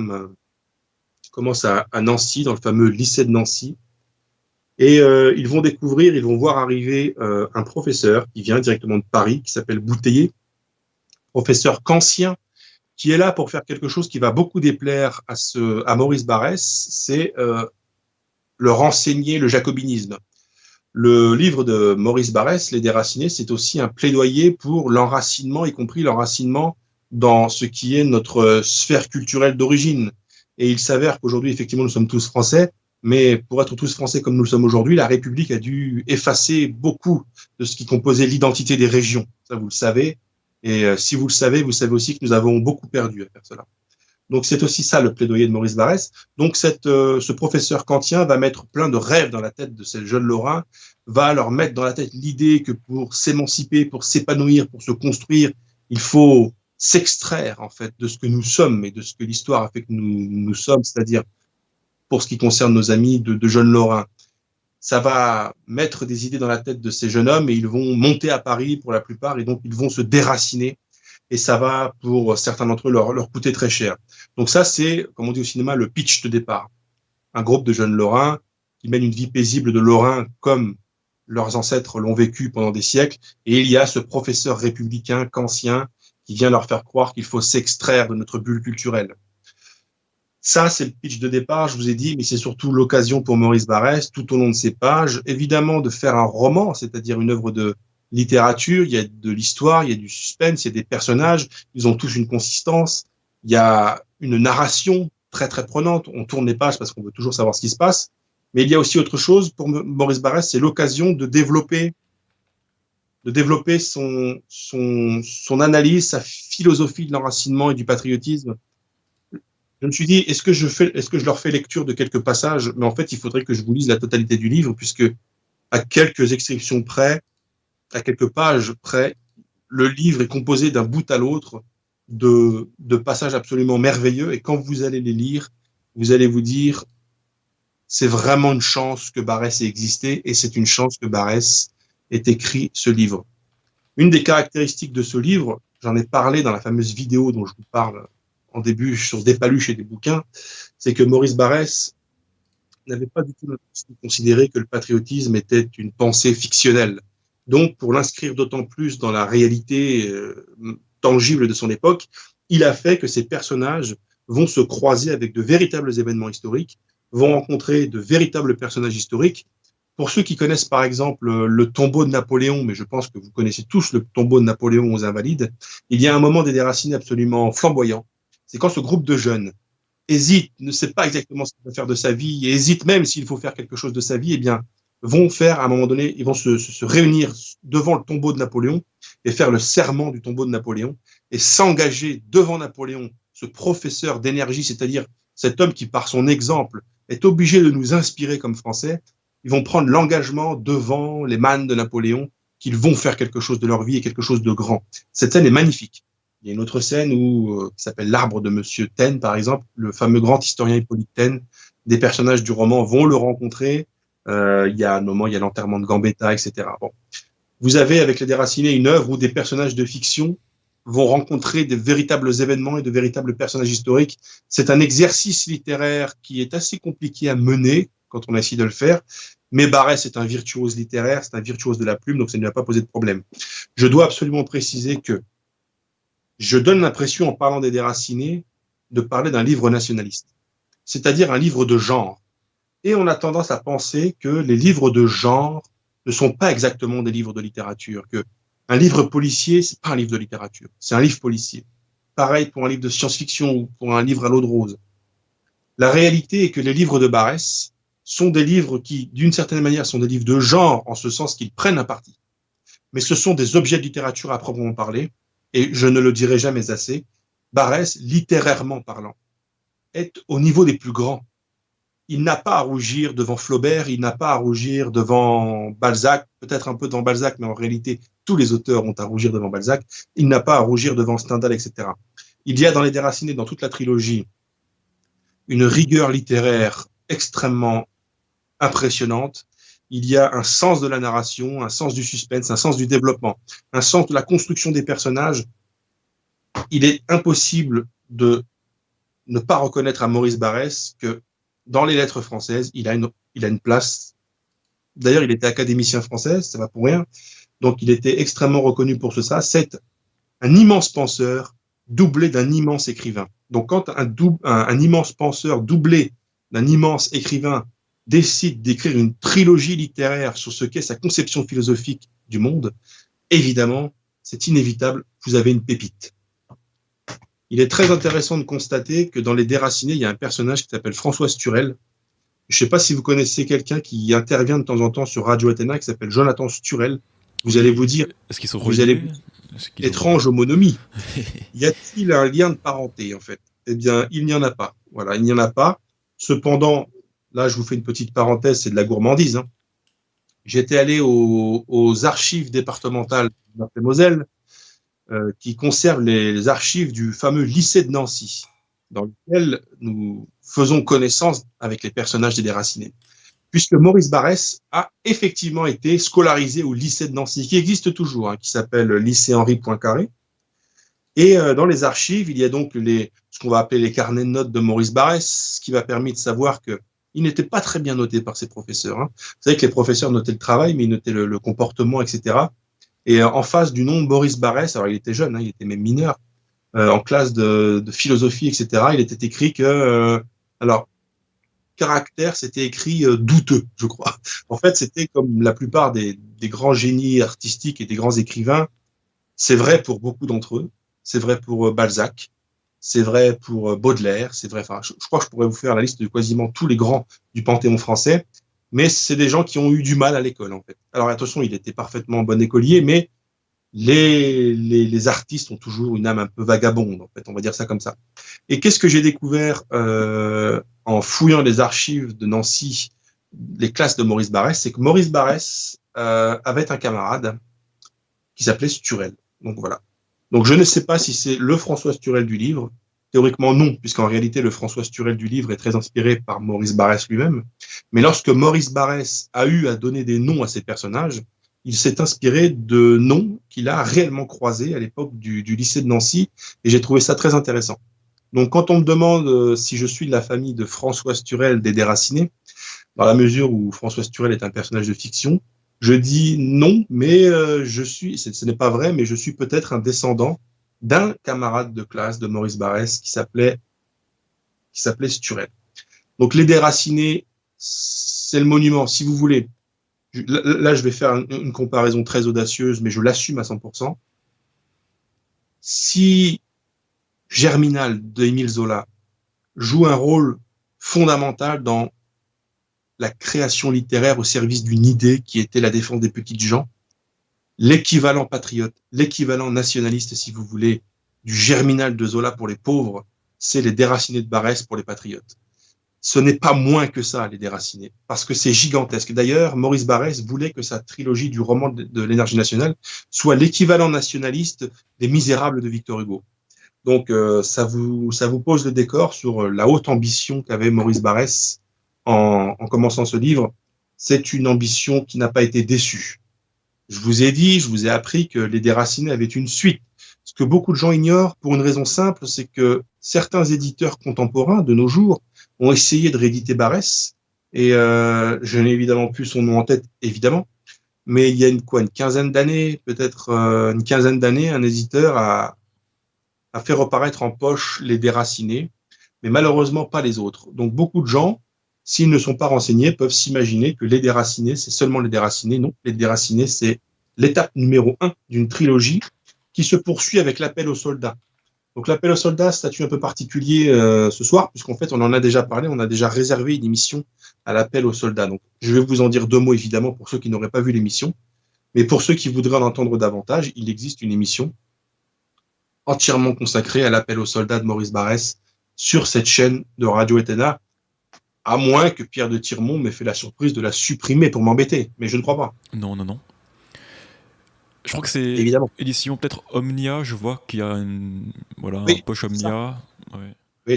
commence à Nancy, dans le fameux lycée de Nancy. Et ils vont voir arriver un professeur qui vient directement de Paris, qui s'appelle Bouteiller, professeur kantien, qui est là pour faire quelque chose qui va beaucoup déplaire à Maurice Barrès, c'est leur enseigner le jacobinisme. Le livre de Maurice Barrès, Les Déracinés, c'est aussi un plaidoyer pour l'enracinement, y compris l'enracinement dans ce qui est notre sphère culturelle d'origine. Et il s'avère qu'aujourd'hui, effectivement, nous sommes tous français, mais pour être tous français comme nous le sommes aujourd'hui, la République a dû effacer beaucoup de ce qui composait l'identité des régions. Ça, vous le savez. Et si vous le savez, vous savez aussi que nous avons beaucoup perdu à faire cela. Donc c'est aussi ça le plaidoyer de Maurice Barrès. Donc ce professeur kantien va mettre plein de rêves dans la tête de ces jeunes Lorrains, va leur mettre dans la tête l'idée que pour s'émanciper, pour s'épanouir, pour se construire, il faut s'extraire en fait de ce que nous sommes et de ce que l'histoire a fait que nous sommes, c'est-à-dire pour ce qui concerne nos amis de jeunes Lorrains. Ça va mettre des idées dans la tête de ces jeunes hommes et ils vont monter à Paris pour la plupart et donc ils vont se déraciner et ça va pour certains d'entre eux leur coûter très cher. Donc ça c'est, comme on dit au cinéma, le pitch de départ. Un groupe de jeunes Lorrains qui mènent une vie paisible de Lorrains comme leurs ancêtres l'ont vécu pendant des siècles et il y a ce professeur républicain kantien qui vient leur faire croire qu'il faut s'extraire de notre bulle culturelle. Ça, c'est le pitch de départ, je vous ai dit, mais c'est surtout l'occasion pour Maurice Barrès, tout au long de ses pages, évidemment de faire un roman, c'est-à-dire une œuvre de littérature, il y a de l'histoire, il y a du suspense, il y a des personnages, ils ont tous une consistance, il y a une narration très très prenante, on tourne les pages parce qu'on veut toujours savoir ce qui se passe, mais il y a aussi autre chose, pour Maurice Barrès, c'est l'occasion de développer son analyse, sa philosophie de l'enracinement et du patriotisme. Je me suis dit, est-ce que je leur fais lecture de quelques passages? Mais en fait, il faudrait que je vous lise la totalité du livre, puisque à quelques exceptions près, à quelques pages près, le livre est composé d'un bout à l'autre de passages absolument merveilleux. Et quand vous allez les lire, vous allez vous dire, c'est vraiment une chance que Barès ait existé et c'est une chance que Barès ait écrit ce livre. Une des caractéristiques de ce livre, j'en ai parlé dans la fameuse vidéo dont je vous parle en début sur des paluches et des bouquins, c'est que Maurice Barrès n'avait pas du tout considéré que le patriotisme était une pensée fictionnelle. Donc, pour l'inscrire d'autant plus dans la réalité tangible de son époque, il a fait que ces personnages vont se croiser avec de véritables événements historiques, vont rencontrer de véritables personnages historiques. Pour ceux qui connaissent par exemple le tombeau de Napoléon, mais je pense que vous connaissez tous le tombeau de Napoléon aux Invalides, il y a un moment des déracinés absolument flamboyant. C'est quand ce groupe de jeunes hésite, ne sait pas exactement ce qu'il va faire de sa vie, et hésite même s'il faut faire quelque chose de sa vie, eh bien, vont faire, à un moment donné, ils vont se réunir devant le tombeau de Napoléon et faire le serment du tombeau de Napoléon et s'engager devant Napoléon, ce professeur d'énergie, c'est-à-dire cet homme qui, par son exemple, est obligé de nous inspirer comme Français. Ils vont prendre l'engagement devant les mânes de Napoléon qu'ils vont faire quelque chose de leur vie et quelque chose de grand. Cette scène est magnifique. Il y a une autre scène qui s'appelle L'arbre de Monsieur Taine, par exemple, le fameux grand historien Hippolyte Taine. Des personnages du roman vont le rencontrer. Il y a un moment, il y a l'enterrement de Gambetta, etc. Bon. Vous avez, avec Les Déracinés, une œuvre où des personnages de fiction vont rencontrer des véritables événements et de véritables personnages historiques. C'est un exercice littéraire qui est assez compliqué à mener quand on essaie de le faire. Mais Barrès est un virtuose littéraire, c'est un virtuose de la plume, donc ça ne lui a pas posé de problème. Je dois absolument préciser que je donne l'impression, en parlant des Déracinés, de parler d'un livre nationaliste, c'est-à-dire un livre de genre. Et on a tendance à penser que les livres de genre ne sont pas exactement des livres de littérature, que un livre policier, c'est pas un livre de littérature, c'est un livre policier. Pareil pour un livre de science-fiction ou pour un livre à l'eau de rose. La réalité est que les livres de Barrès sont des livres qui, d'une certaine manière, sont des livres de genre, en ce sens qu'ils prennent un parti. Mais ce sont des objets de littérature à proprement parler, et je ne le dirai jamais assez, Barrès, littérairement parlant, est au niveau des plus grands. Il n'a pas à rougir devant Flaubert, il n'a pas à rougir devant Balzac, peut-être un peu devant Balzac, mais en réalité, tous les auteurs ont à rougir devant Balzac. Il n'a pas à rougir devant Stendhal, etc. Il y a dans Les Déracinés, dans toute la trilogie, une rigueur littéraire extrêmement impressionnante. Il y a un sens de la narration, un sens du suspense, un sens du développement, un sens de la construction des personnages. Il est impossible de ne pas reconnaître à Maurice Barrès que dans les lettres françaises, il a une place. D'ailleurs, il était académicien français, ça va pour rien. Donc, il était extrêmement reconnu pour ça. C'est un immense penseur doublé d'un immense écrivain. Donc, quand un immense penseur doublé d'un immense écrivain décide d'écrire une trilogie littéraire sur ce qu'est sa conception philosophique du monde, évidemment, c'est inévitable, vous avez une pépite. Il est très intéressant de constater que dans Les Déracinés, il y a un personnage qui s'appelle François Sturel. Je ne sais pas si vous connaissez quelqu'un qui intervient de temps en temps sur Radio Athéna, qui s'appelle Jonathan Sturel. Vous allez vous dire, étrange homonymie. Y a-t-il un lien de parenté, en fait? Eh bien, il n'y en a pas. Voilà, il n'y en a pas. Cependant, là, je vous fais une petite parenthèse, c'est de la gourmandise. Hein. J'étais allé aux archives départementales de Meurthe-et-Moselle, qui conservent les archives du fameux lycée de Nancy, dans lequel nous faisons connaissance avec les personnages des Déracinés. Puisque Maurice Barrès a effectivement été scolarisé au lycée de Nancy, qui existe toujours, hein, qui s'appelle lycée Henri Poincaré. Et dans les archives, il y a donc ce qu'on va appeler les carnets de notes de Maurice Barrès, ce qui m'a permis de savoir qu'il n'était pas très bien noté par ses professeurs. Hein. Vous savez que les professeurs notaient le travail, mais ils notaient le comportement, etc. Et en face du nom Maurice Barrès, alors il était jeune, hein, il était même mineur, en classe de philosophie, etc., il était écrit que, alors, caractère, c'était écrit douteux, je crois. En fait, c'était comme la plupart des grands génies artistiques et des grands écrivains. C'est vrai pour beaucoup d'entre eux. C'est vrai pour Balzac. C'est vrai pour Baudelaire. C'est vrai, enfin, je crois que je pourrais vous faire la liste de quasiment tous les grands du panthéon français. Mais c'est des gens qui ont eu du mal à l'école, en fait. Alors, attention, il était parfaitement bon écolier, mais les artistes ont toujours une âme un peu vagabonde, en fait, on va dire ça comme ça. Et qu'est-ce que j'ai découvert en fouillant les archives de Nancy, les classes de Maurice Barrès, c'est que Maurice Barrès avait un camarade qui s'appelait Sturel. Donc voilà. Donc je ne sais pas si c'est le François Sturel du livre. Théoriquement non, puisqu'en réalité le François Sturel du livre est très inspiré par Maurice Barrès lui-même. Mais lorsque Maurice Barrès a eu à donner des noms à ses personnages, il s'est inspiré de noms qu'il a réellement croisés à l'époque du lycée de Nancy, et j'ai trouvé ça très intéressant. Donc quand on me demande si je suis de la famille de François Sturel des Déracinés, dans la mesure où François Sturel est un personnage de fiction, je dis non, mais ce n'est pas vrai, mais je suis peut-être un descendant d'un camarade de classe de Maurice Barrès qui s'appelait Sturel. Donc les Déracinés, c'est le monument, si vous voulez. Là, je vais faire une comparaison très audacieuse, mais je l'assume à 100%. Si Germinal d'Émile Zola joue un rôle fondamental dans la création littéraire au service d'une idée qui était la défense des petites gens, l'équivalent patriote, l'équivalent nationaliste, si vous voulez, du Germinal de Zola pour les pauvres, c'est les Déracinés de Barrès pour les patriotes. Ce n'est pas moins que ça, les Déracinés, parce que c'est gigantesque. D'ailleurs, Maurice Barrès voulait que sa trilogie du roman de l'énergie nationale soit l'équivalent nationaliste des Misérables de Victor Hugo. Donc, ça vous pose le décor sur la haute ambition qu'avait Maurice Barrès en commençant ce livre. C'est une ambition qui n'a pas été déçue. Je vous ai appris que les Déracinés avaient une suite. Ce que beaucoup de gens ignorent, pour une raison simple, c'est que certains éditeurs contemporains de nos jours ont essayé de rééditer Barrès, et je n'ai évidemment plus son nom en tête, évidemment, mais il y a une quinzaine d'années, peut-être une quinzaine d'années, un éditeur a fait reparaître en poche les Déracinés, mais malheureusement pas les autres. Donc beaucoup de gens, s'ils ne sont pas renseignés, peuvent s'imaginer que les Déracinés, c'est seulement les Déracinés. Non, les Déracinés, c'est l'étape numéro 1 d'une trilogie qui se poursuit avec l'appel aux soldats. Donc l'appel aux soldats, statut un peu particulier ce soir, puisqu'en fait on en a déjà parlé, on a déjà réservé une émission à l'appel aux soldats. Donc je vais vous en dire 2 mots évidemment pour ceux qui n'auraient pas vu l'émission, mais pour ceux qui voudraient en entendre davantage, il existe une émission entièrement consacrée à l'appel aux soldats de Maurice Barrès sur cette chaîne de Radio Ethéna, à moins que Pierre de Tirmont m'ait fait la surprise de la supprimer pour m'embêter, mais je ne crois pas. Non. Je crois que c'est évidemment édition peut-être Omnia, je vois qu'il y a une poche Omnia. Ouais. Oui,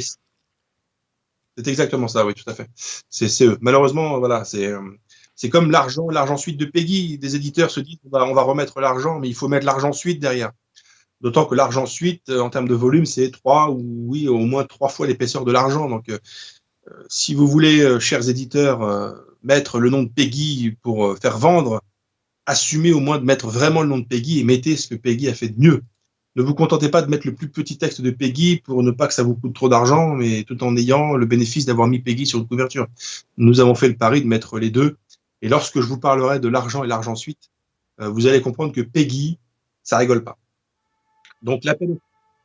c'est exactement ça, oui, tout à fait. C'est eux. Malheureusement, voilà, c'est comme l'argent suite de Peggy. Des éditeurs se disent on va remettre l'argent, mais il faut mettre l'argent suite derrière. D'autant que l'argent suite, en termes de volume, c'est au moins 3 fois l'épaisseur de l'argent. Donc, si vous voulez, chers éditeurs, mettre le nom de Peggy pour faire vendre, assumez au moins de mettre vraiment le nom de Peggy et mettez ce que Peggy a fait de mieux. Ne vous contentez pas de mettre le plus petit texte de Peggy pour ne pas que ça vous coûte trop d'argent, mais tout en ayant le bénéfice d'avoir mis Peggy sur une couverture. Nous avons fait le pari de mettre les deux. Et lorsque je vous parlerai de l'argent et l'argent suite, vous allez comprendre que Peggy, ça rigole pas. Donc l'appel.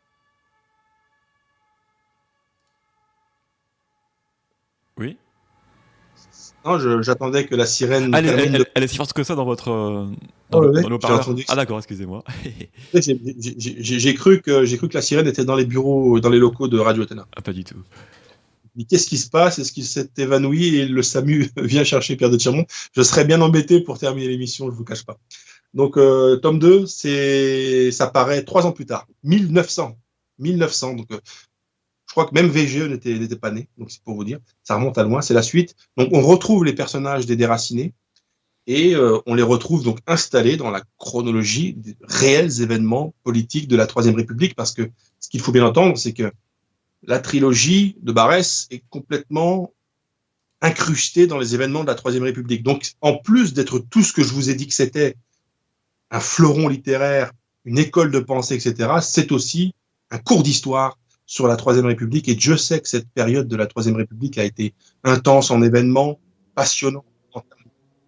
Oui. Non, j'attendais que la sirène. Elle est si forte que ça dans votre dans le parleur. Ah d'accord, excusez-moi. J'ai cru que la sirène était dans les bureaux, dans les locaux de Radio Ethéna. Ah, pas du tout. Mais qu'est-ce qui se passe? Est-ce qu'il s'est évanoui et le SAMU vient chercher Pierre de Tirmont? Je serais bien embêté pour terminer l'émission, je vous cache pas. Donc tome 2, ça paraît 3 ans plus tard, 1900. Donc je crois que même VGE n'était pas né, donc c'est pour vous dire, ça remonte à loin, c'est la suite. Donc on retrouve les personnages des Déracinés et on les retrouve donc installés dans la chronologie des réels événements politiques de la Troisième République, parce que ce qu'il faut bien entendre, c'est que la trilogie de Barrès est complètement incrustée dans les événements de la Troisième République. Donc en plus d'être tout ce que je vous ai dit que c'était, un fleuron littéraire, une école de pensée, etc., c'est aussi un cours d'histoire sur la Troisième République, et Dieu sait que cette période de la Troisième République a été intense en événements, passionnant en termes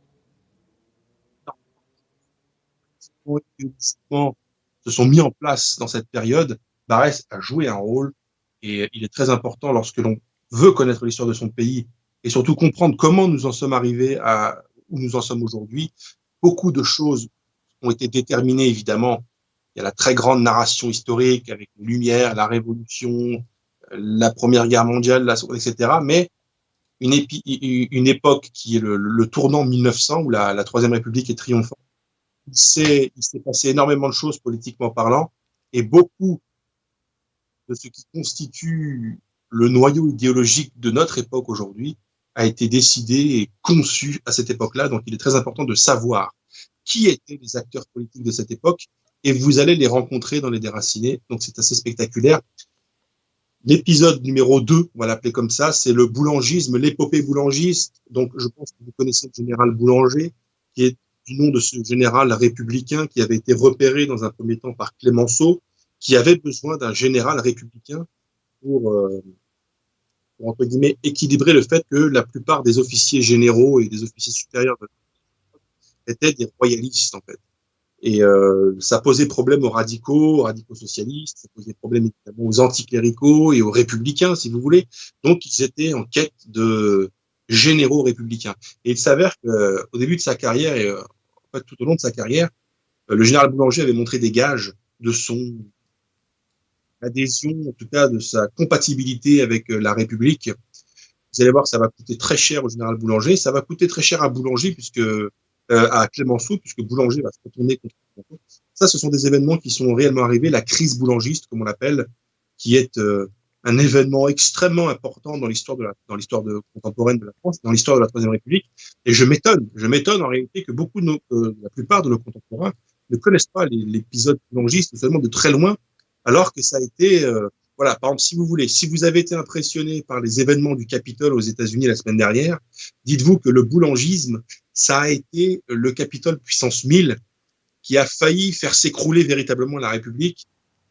de se sont mis en place dans cette période. Barrès a joué un rôle, et il est très important lorsque l'on veut connaître l'histoire de son pays, et surtout comprendre comment nous en sommes arrivés à où nous en sommes aujourd'hui. Beaucoup de choses ont été déterminées, évidemment. Il y a la très grande narration historique avec les Lumières, la Révolution, la Première Guerre mondiale, etc. Mais une époque qui est le tournant 1900, où la Troisième République est triomphante, il s'est passé énormément de choses politiquement parlant, et beaucoup de ce qui constitue le noyau idéologique de notre époque aujourd'hui a été décidé et conçu à cette époque-là. Donc, il est très important de savoir qui étaient les acteurs politiques de cette époque, et vous allez les rencontrer dans les Déracinés. Donc, c'est assez spectaculaire. L'épisode numéro 2, on va l'appeler comme ça, c'est le boulangisme, l'épopée boulangiste. Donc, je pense que vous connaissez le général Boulanger, qui est du nom de ce général républicain qui avait été repéré dans un premier temps par Clémenceau, qui avait besoin d'un général républicain pour, entre guillemets, équilibrer le fait que la plupart des officiers généraux et des officiers supérieurs étaient des royalistes, en fait. Et ça posait problème aux radicaux socialistes, ça posait problème évidemment aux anticléricaux et aux républicains, si vous voulez. Donc, ils étaient en quête de généraux républicains. Et il s'avère qu'au début de sa carrière, et en fait, tout au long de sa carrière, le général Boulanger avait montré des gages de son adhésion, en tout cas de sa compatibilité avec la République. Vous allez voir que ça va coûter très cher au général Boulanger, ça va coûter très cher à Boulanger, à Clémenceau, puisque Boulanger va se retourner contre Clémenceau. Ça, ce sont des événements qui sont réellement arrivés, la crise boulangiste, comme on l'appelle, qui est un événement extrêmement important dans l'histoire contemporaine de la France, dans l'histoire de la Troisième République. Et je m'étonne en réalité que la plupart de nos contemporains ne connaissent pas l'épisode boulangiste, seulement de très loin, alors que ça a été, voilà, par exemple, si vous avez été impressionné par les événements du Capitole aux États-Unis la semaine dernière, dites-vous que le boulangisme, ça a été le Capitole puissance 1000 qui a failli faire s'écrouler véritablement la République.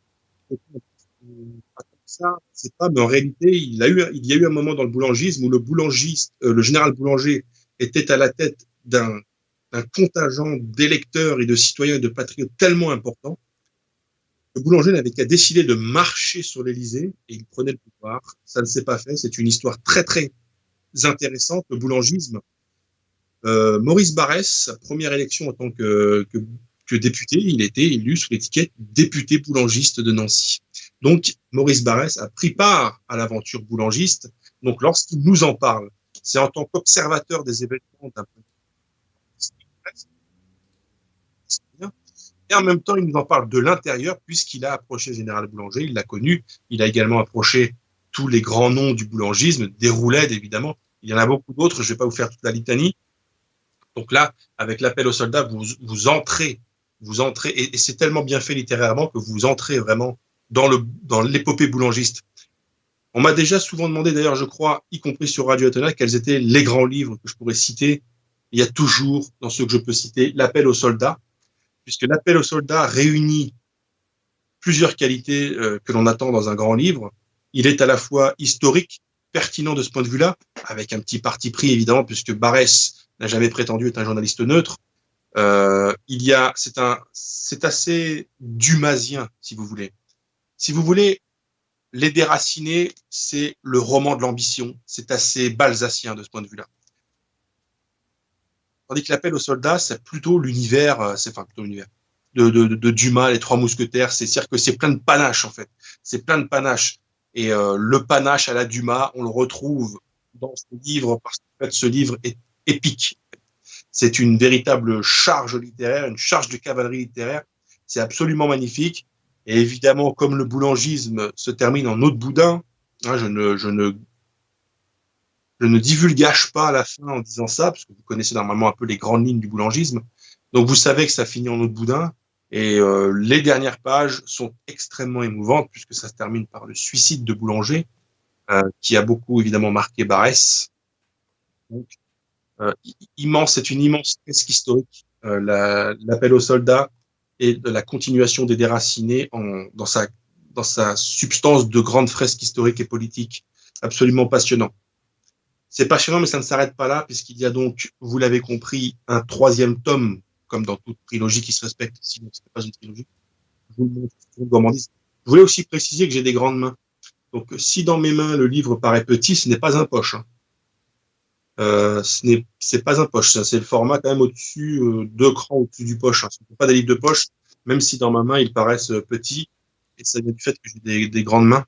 Ça, c'est pas, mais en réalité, il y a eu un moment dans le boulangisme où le général Boulanger était à la tête d'un contingent d'électeurs et de citoyens et de patriotes tellement important. Le Boulanger n'avait qu'à décider de marcher sur l'Élysée et il prenait le pouvoir. Ça ne s'est pas fait. C'est une histoire très, très intéressante, le boulangisme. Maurice Barrès, sa première élection en tant que député, il était élu sous l'étiquette député boulangiste de Nancy. Donc, Maurice Barrès a pris part à l'aventure boulangiste. Donc, lorsqu'il nous en parle, c'est en tant qu'observateur des événements d'un point de vue. Et en même temps, il nous en parle de l'intérieur, puisqu'il a approché le général Boulanger, il l'a connu. Il a également approché tous les grands noms du boulangisme, Déroulède, évidemment. Il y en a beaucoup d'autres, je ne vais pas vous faire toute la litanie. Donc là, avec l'appel aux soldats, vous entrez, et c'est tellement bien fait littérairement que vous entrez vraiment dans l'épopée boulangiste. On m'a déjà souvent demandé, d'ailleurs, je crois, y compris sur Radio Athéna, quels étaient les grands livres que je pourrais citer. Il y a toujours, dans ceux que je peux citer, l'appel aux soldats, puisque l'appel aux soldats réunit plusieurs qualités que l'on attend dans un grand livre. Il est à la fois historique, pertinent de ce point de vue-là, avec un petit parti pris, évidemment, puisque Barrès n'a jamais prétendu être un journaliste neutre. C'est assez dumasien, si vous voulez. Si vous voulez, Les Déracinés, c'est le roman de l'ambition. C'est assez balzacien de ce point de vue-là. Tandis que l'appel aux soldats, c'est plutôt l'univers, de Dumas, les Trois Mousquetaires. C'est-à-dire que c'est plein de panache, en fait. C'est plein de panache. Et le panache à la Dumas, on le retrouve dans ce livre parce qu'en fait, ce livre est épique. C'est une véritable charge littéraire, une charge de cavalerie littéraire. C'est absolument magnifique. Et évidemment, comme le boulangisme se termine en eau de boudin, hein, je ne divulgage pas à la fin en disant ça, parce que vous connaissez normalement un peu les grandes lignes du boulangisme. Donc vous savez que ça finit en eau de boudin. Et les dernières pages sont extrêmement émouvantes, puisque ça se termine par le suicide de Boulanger, qui a beaucoup évidemment marqué Barrès. Donc, c'est une immense fresque historique, l'appel aux soldats et de la continuation des Déracinés dans sa substance de grande fresque historique et politique. Absolument passionnant. C'est passionnant, mais ça ne s'arrête pas là, puisqu'il y a donc, vous l'avez compris, un troisième tome, comme dans toute trilogie qui se respecte, sinon ce n'est pas une trilogie. Je vous le montre, gourmandise. Je voulais aussi préciser que j'ai des grandes mains. Donc, si dans mes mains le livre paraît petit, ce n'est pas un poche. Hein. C'est pas un poche, c'est le format quand même au-dessus, 2 crans au-dessus du poche. Hein. Ce ne sont pas des livres de poche, même si dans ma main ils paraissent petits, et ça vient du fait que j'ai des grandes mains.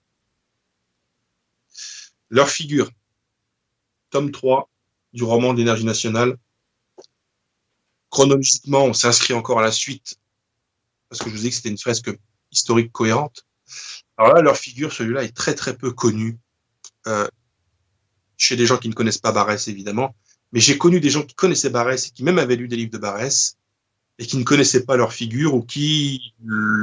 Leur figure, tome 3 du roman de l'Énergie nationale, chronologiquement, on s'inscrit encore à la suite, parce que je vous dis que c'était une fresque historique cohérente. Alors là, leur figure, celui-là, est très très peu connu chez des gens qui ne connaissent pas Barès, évidemment. Mais j'ai connu des gens qui connaissaient Barès et qui même avaient lu des livres de Barès et qui ne connaissaient pas leur figure ou qui,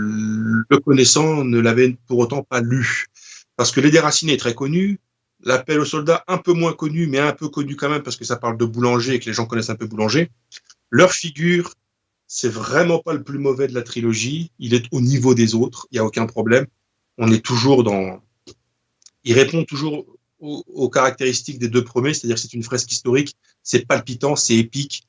le connaissant, ne l'avaient pour autant pas lu. Parce que Les Déracinés est très connu, L'Appel aux soldats un peu moins connu, mais un peu connu quand même parce que ça parle de Boulanger et que les gens connaissent un peu Boulanger. Leur figure, c'est vraiment pas le plus mauvais de la trilogie. Il est au niveau des autres, il n'y a aucun problème. On est toujours dans... Il répond toujours aux caractéristiques des deux premiers, c'est-à-dire que c'est une fresque historique, c'est palpitant, c'est épique,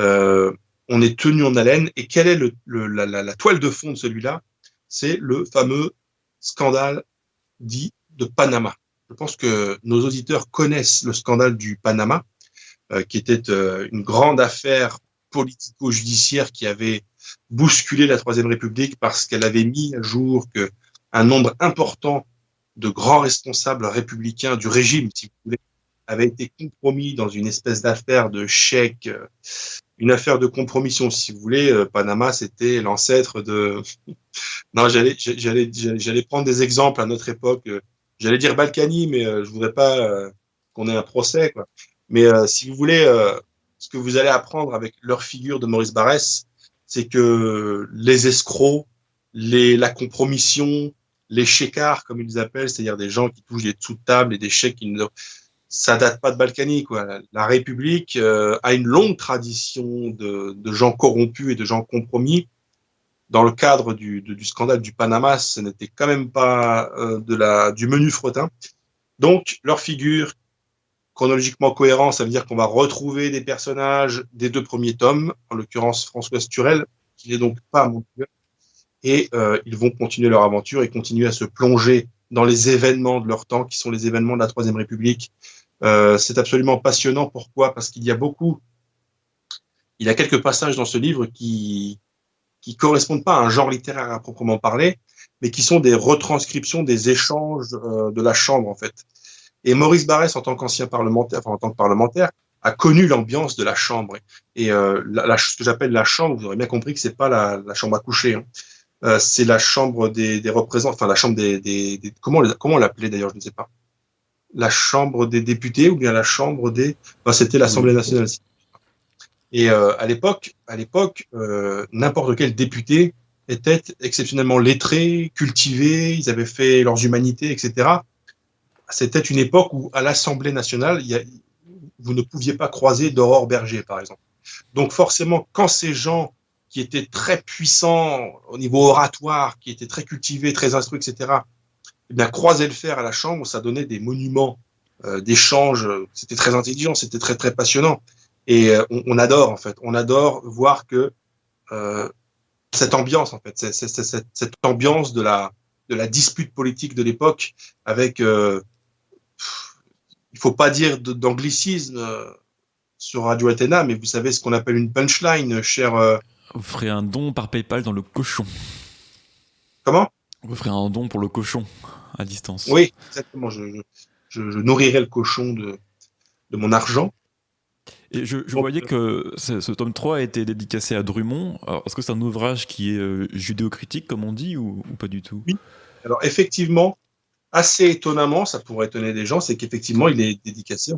on est tenu en haleine. Et quelle est la toile de fond de celui-là? C'est le fameux scandale dit de Panama. Je pense que nos auditeurs connaissent le scandale du Panama, qui était une grande affaire politico-judiciaire qui avait bousculé la Troisième République parce qu'elle avait mis à jour qu'un nombre important de grands responsables républicains du régime, si vous voulez, avaient été compromis dans une espèce d'affaire de chèque, une affaire de compromission, si vous voulez. Panama, c'était l'ancêtre de... Non, j'allais prendre des exemples à notre époque. J'allais dire Balkany, mais je voudrais pas qu'on ait un procès, quoi. Mais si vous voulez, ce que vous allez apprendre avec leur figure de Maurice Barrès, c'est que les escrocs, la compromission, les chécards, comme ils les appellent, c'est-à-dire des gens qui touchent des dessous de table et des chèques qui ne... Ça date pas de Balkany, quoi. La République a une longue tradition de gens corrompus et de gens compromis. Dans le cadre du scandale du Panama, ce n'était quand même pas du menu fretin. Donc, leur figure, chronologiquement cohérent, ça veut dire qu'on va retrouver des personnages des deux premiers tomes, en l'occurrence Françoise Turel, qui n'est donc pas mon cœur, et ils vont continuer leur aventure et continuer à se plonger dans les événements de leur temps, qui sont les événements de la Troisième République. C'est absolument passionnant. Pourquoi? Parce qu'il y a quelques passages dans ce livre qui correspondent pas à un genre littéraire à proprement parler, mais qui sont des retranscriptions des échanges de la Chambre, en fait. Et Maurice Barrès, en tant qu'ancien parlementaire, enfin en tant que parlementaire, a connu l'ambiance de la Chambre. Et ce que j'appelle la Chambre, vous aurez bien compris que c'est pas la chambre à coucher. Hein. C'est la Chambre des représentants, enfin la Chambre des comment on l'appelait d'ailleurs, je ne sais pas. La Chambre des députés ou bien la Chambre des... Enfin, c'était l'Assemblée nationale. Et à l'époque, n'importe quel député était exceptionnellement lettré, cultivé, ils avaient fait leurs humanités, etc. C'était une époque où, à l'Assemblée nationale, vous ne pouviez pas croiser d'Aurore Berger, par exemple. Donc forcément, quand ces gens qui étaient très puissants au niveau oratoire, qui étaient très cultivés, très instruits, etc., eh bien, croisaient le fer à la Chambre, ça donnait des monuments d'échanges. C'était très intelligent, c'était très, très passionnant. Et on adore, en fait. On adore voir que cette ambiance, en fait, cette ambiance de la dispute politique de l'époque avec... il faut pas dire d'anglicisme sur Radio Athéna, mais vous savez ce qu'on appelle une punchline, cher... Vous ferez un don par PayPal dans le cochon. Comment? Vous ferez un don pour le cochon à distance. Oui, exactement. Je nourrirai le cochon de mon argent. Et je voyais que ce tome 3 a été dédicacé à Drummond. Alors, est-ce que c'est un ouvrage qui est judéo-critique, comme on dit, ou pas du tout? Oui. Alors, effectivement, assez étonnamment, ça pourrait étonner des gens, c'est qu'effectivement, il est dédicacé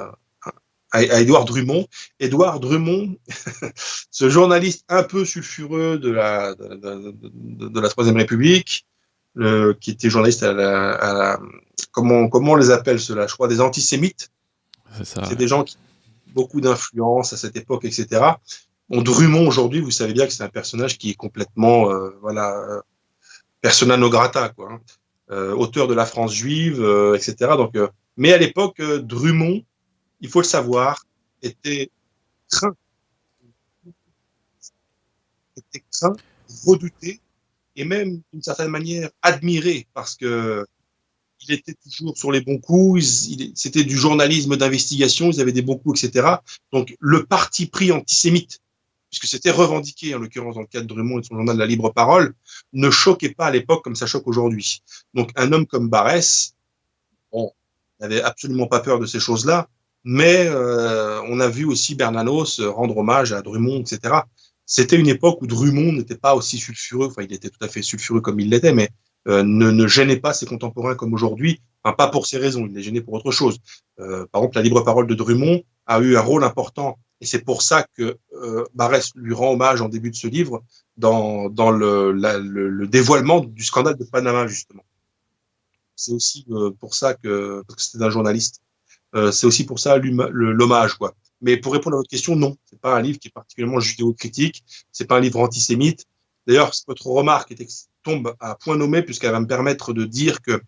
à Édouard Drummond. Édouard Drummond, ce journaliste un peu sulfureux de la Troisième République, qui était journaliste comment on les appelle ceux-là? Je crois des antisémites. C'est ça. C'est des gens qui ont beaucoup d'influence à cette époque, etc. Bon, Drummond, aujourd'hui, vous savez bien que c'est un personnage qui est complètement, persona non grata, quoi. Hein. Auteur de La France juive, etc. Donc, mais à l'époque, Drummond, il faut le savoir, était craint, redouté, et même d'une certaine manière admiré, parce que il était toujours sur les bons coups, c'était du journalisme d'investigation, ils avaient des bons coups, etc. Donc le parti pris antisémite, puisque c'était revendiqué, en l'occurrence dans le cadre de Drummond et de son journal La Libre Parole, ne choquait pas à l'époque comme ça choque aujourd'hui. Donc un homme comme Barrès, bon, n'avait absolument pas peur de ces choses-là, mais on a vu aussi Bernanos rendre hommage à Drummond, etc. C'était une époque où Drummond n'était pas aussi sulfureux, enfin il était tout à fait sulfureux comme il l'était, mais ne gênait pas ses contemporains comme aujourd'hui, enfin, pas pour ces raisons, il les gênait pour autre chose. Par exemple, la libre parole de Drummond a eu un rôle important, et c'est pour ça que Barès lui rend hommage en début de ce livre dans le dévoilement du scandale de Panama, justement. C'est aussi pour ça parce que c'était un journaliste, c'est aussi pour ça l'hommage, quoi. Mais pour répondre à votre question, non, c'est pas un livre qui est particulièrement judéo-critique, c'est pas un livre antisémite. D'ailleurs, votre remarque tombe à point nommé puisqu'elle va me permettre de dire que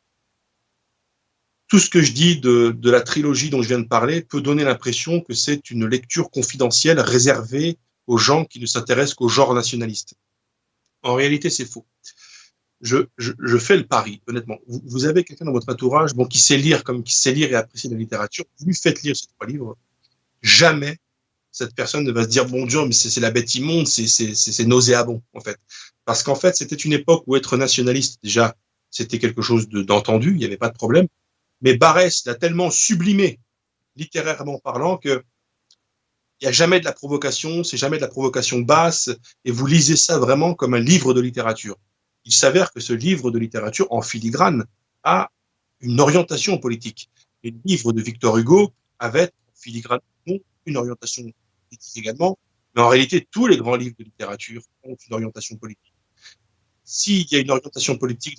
tout ce que je dis de la trilogie dont je viens de parler peut donner l'impression que c'est une lecture confidentielle réservée aux gens qui ne s'intéressent qu'au genre nationaliste. En réalité, c'est faux. Je fais le pari, honnêtement. Vous avez quelqu'un dans votre entourage, bon, qui sait lire et apprécier la littérature, vous lui faites lire ces 3 livres, jamais cette personne ne va se dire, bon Dieu, mais c'est la bête immonde, c'est nauséabond, en fait. Parce qu'en fait, c'était une époque où être nationaliste, déjà, c'était quelque chose d'entendu, il n'y avait pas de problème. Mais Barès l'a tellement sublimé, littérairement parlant, que il n'y a jamais de la provocation, c'est jamais de la provocation basse, et vous lisez ça vraiment comme un livre de littérature. Il s'avère que ce livre de littérature, en filigrane, a une orientation politique. Et le livre de Victor Hugo avait, en filigrane, une orientation politique également, mais en réalité, tous les grands livres de littérature ont une orientation politique. S'il y a une orientation politique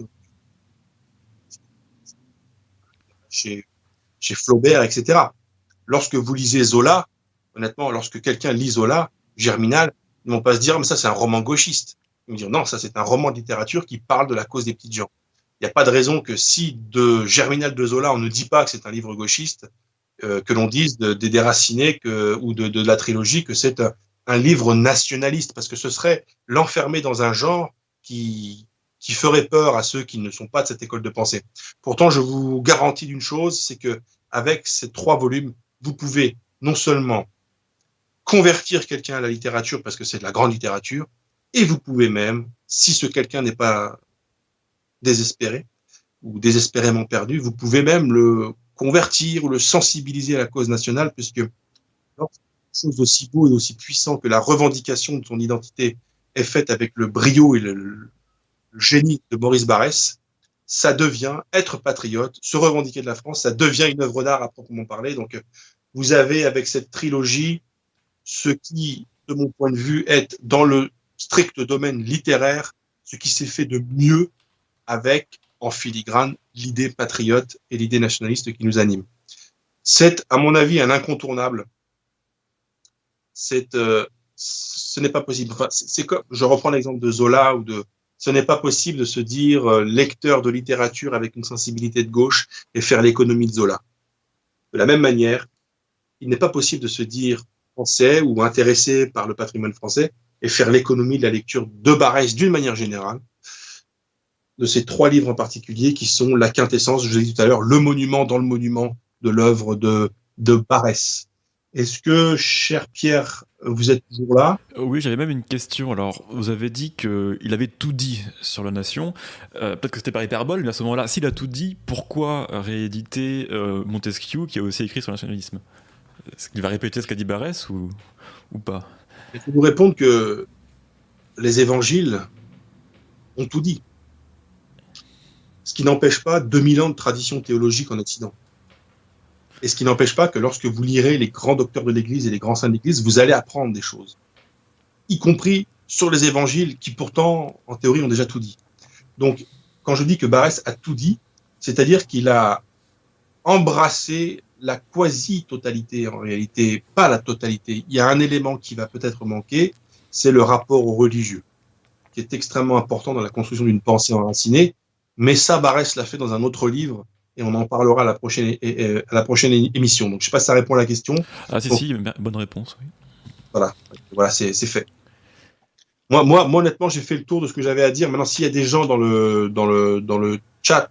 chez Flaubert, etc., lorsque vous lisez Zola, honnêtement, lorsque quelqu'un lit Zola, Germinal, ils ne vont pas se dire, mais ça, c'est un roman gauchiste. Ils vont dire, non, ça, c'est un roman de littérature qui parle de la cause des petites gens. Il n'y a pas de raison que si de Germinal de Zola, on ne dit pas que c'est un livre gauchiste, que l'on dise des Déracinés ou de la trilogie que c'est un livre nationaliste, parce que ce serait l'enfermer dans un genre qui ferait peur à ceux qui ne sont pas de cette école de pensée. Pourtant, je vous garantis d'une chose, c'est que avec ces 3 volumes, vous pouvez non seulement convertir quelqu'un à la littérature parce que c'est de la grande littérature, et vous pouvez même, si ce quelqu'un n'est pas désespéré ou désespérément perdu, vous pouvez même le convertir ou le sensibiliser à la cause nationale, puisque quelque chose d'aussi beau et d'aussi puissant que la revendication de son identité est faite avec le brio et le génie de Maurice Barrès, ça devient être patriote, se revendiquer de la France, ça devient une œuvre d'art à proprement parler. Donc, vous avez avec cette trilogie ce qui, de mon point de vue, est dans le strict domaine littéraire, ce qui s'est fait de mieux avec, en filigrane, l'idée patriote et l'idée nationaliste qui nous anime. C'est, à mon avis, un incontournable. Ce n'est pas possible. Enfin, c'est comme, je reprends l'exemple de Zola ce n'est pas possible de se dire lecteur de littérature avec une sensibilité de gauche et faire l'économie de Zola. De la même manière, il n'est pas possible de se dire français ou intéressé par le patrimoine français et faire l'économie de la lecture de Barrès d'une manière générale, de ces 3 livres en particulier qui sont la quintessence, je vous ai dit tout à l'heure, le monument dans le monument de l'œuvre de Barrès. Est-ce que, cher Pierre, vous êtes toujours là ? Oui, j'avais même une question. Alors, vous avez dit qu'il avait tout dit sur la nation. Peut-être que c'était par hyperbole, mais à ce moment-là, s'il a tout dit, pourquoi rééditer Montesquieu, qui a aussi écrit sur le nationalisme ? Est-ce qu'il va répéter ce qu'a dit Barrès ou pas ? Je vais vous répondre que les évangiles ont tout dit. Ce qui n'empêche pas 2000 ans de tradition théologique en Occident. Et ce qui n'empêche pas que lorsque vous lirez les grands docteurs de l'Église et les grands saints de l'Église, vous allez apprendre des choses, y compris sur les évangiles qui pourtant, en théorie, ont déjà tout dit. Donc, quand je dis que Barrès a tout dit, c'est-à-dire qu'il a embrassé la quasi-totalité, en réalité, pas la totalité. Il y a un élément qui va peut-être manquer, c'est le rapport au religieux, qui est extrêmement important dans la construction d'une pensée enracinée. Mais ça, Barrès l'a fait dans un autre livre, et on en parlera à la prochaine émission. Donc, je ne sais pas si ça répond à la question. Ah, si, bonne réponse, oui. Voilà, c'est fait. Moi, honnêtement, j'ai fait le tour de ce que j'avais à dire. Maintenant, s'il y a des gens dans le chat,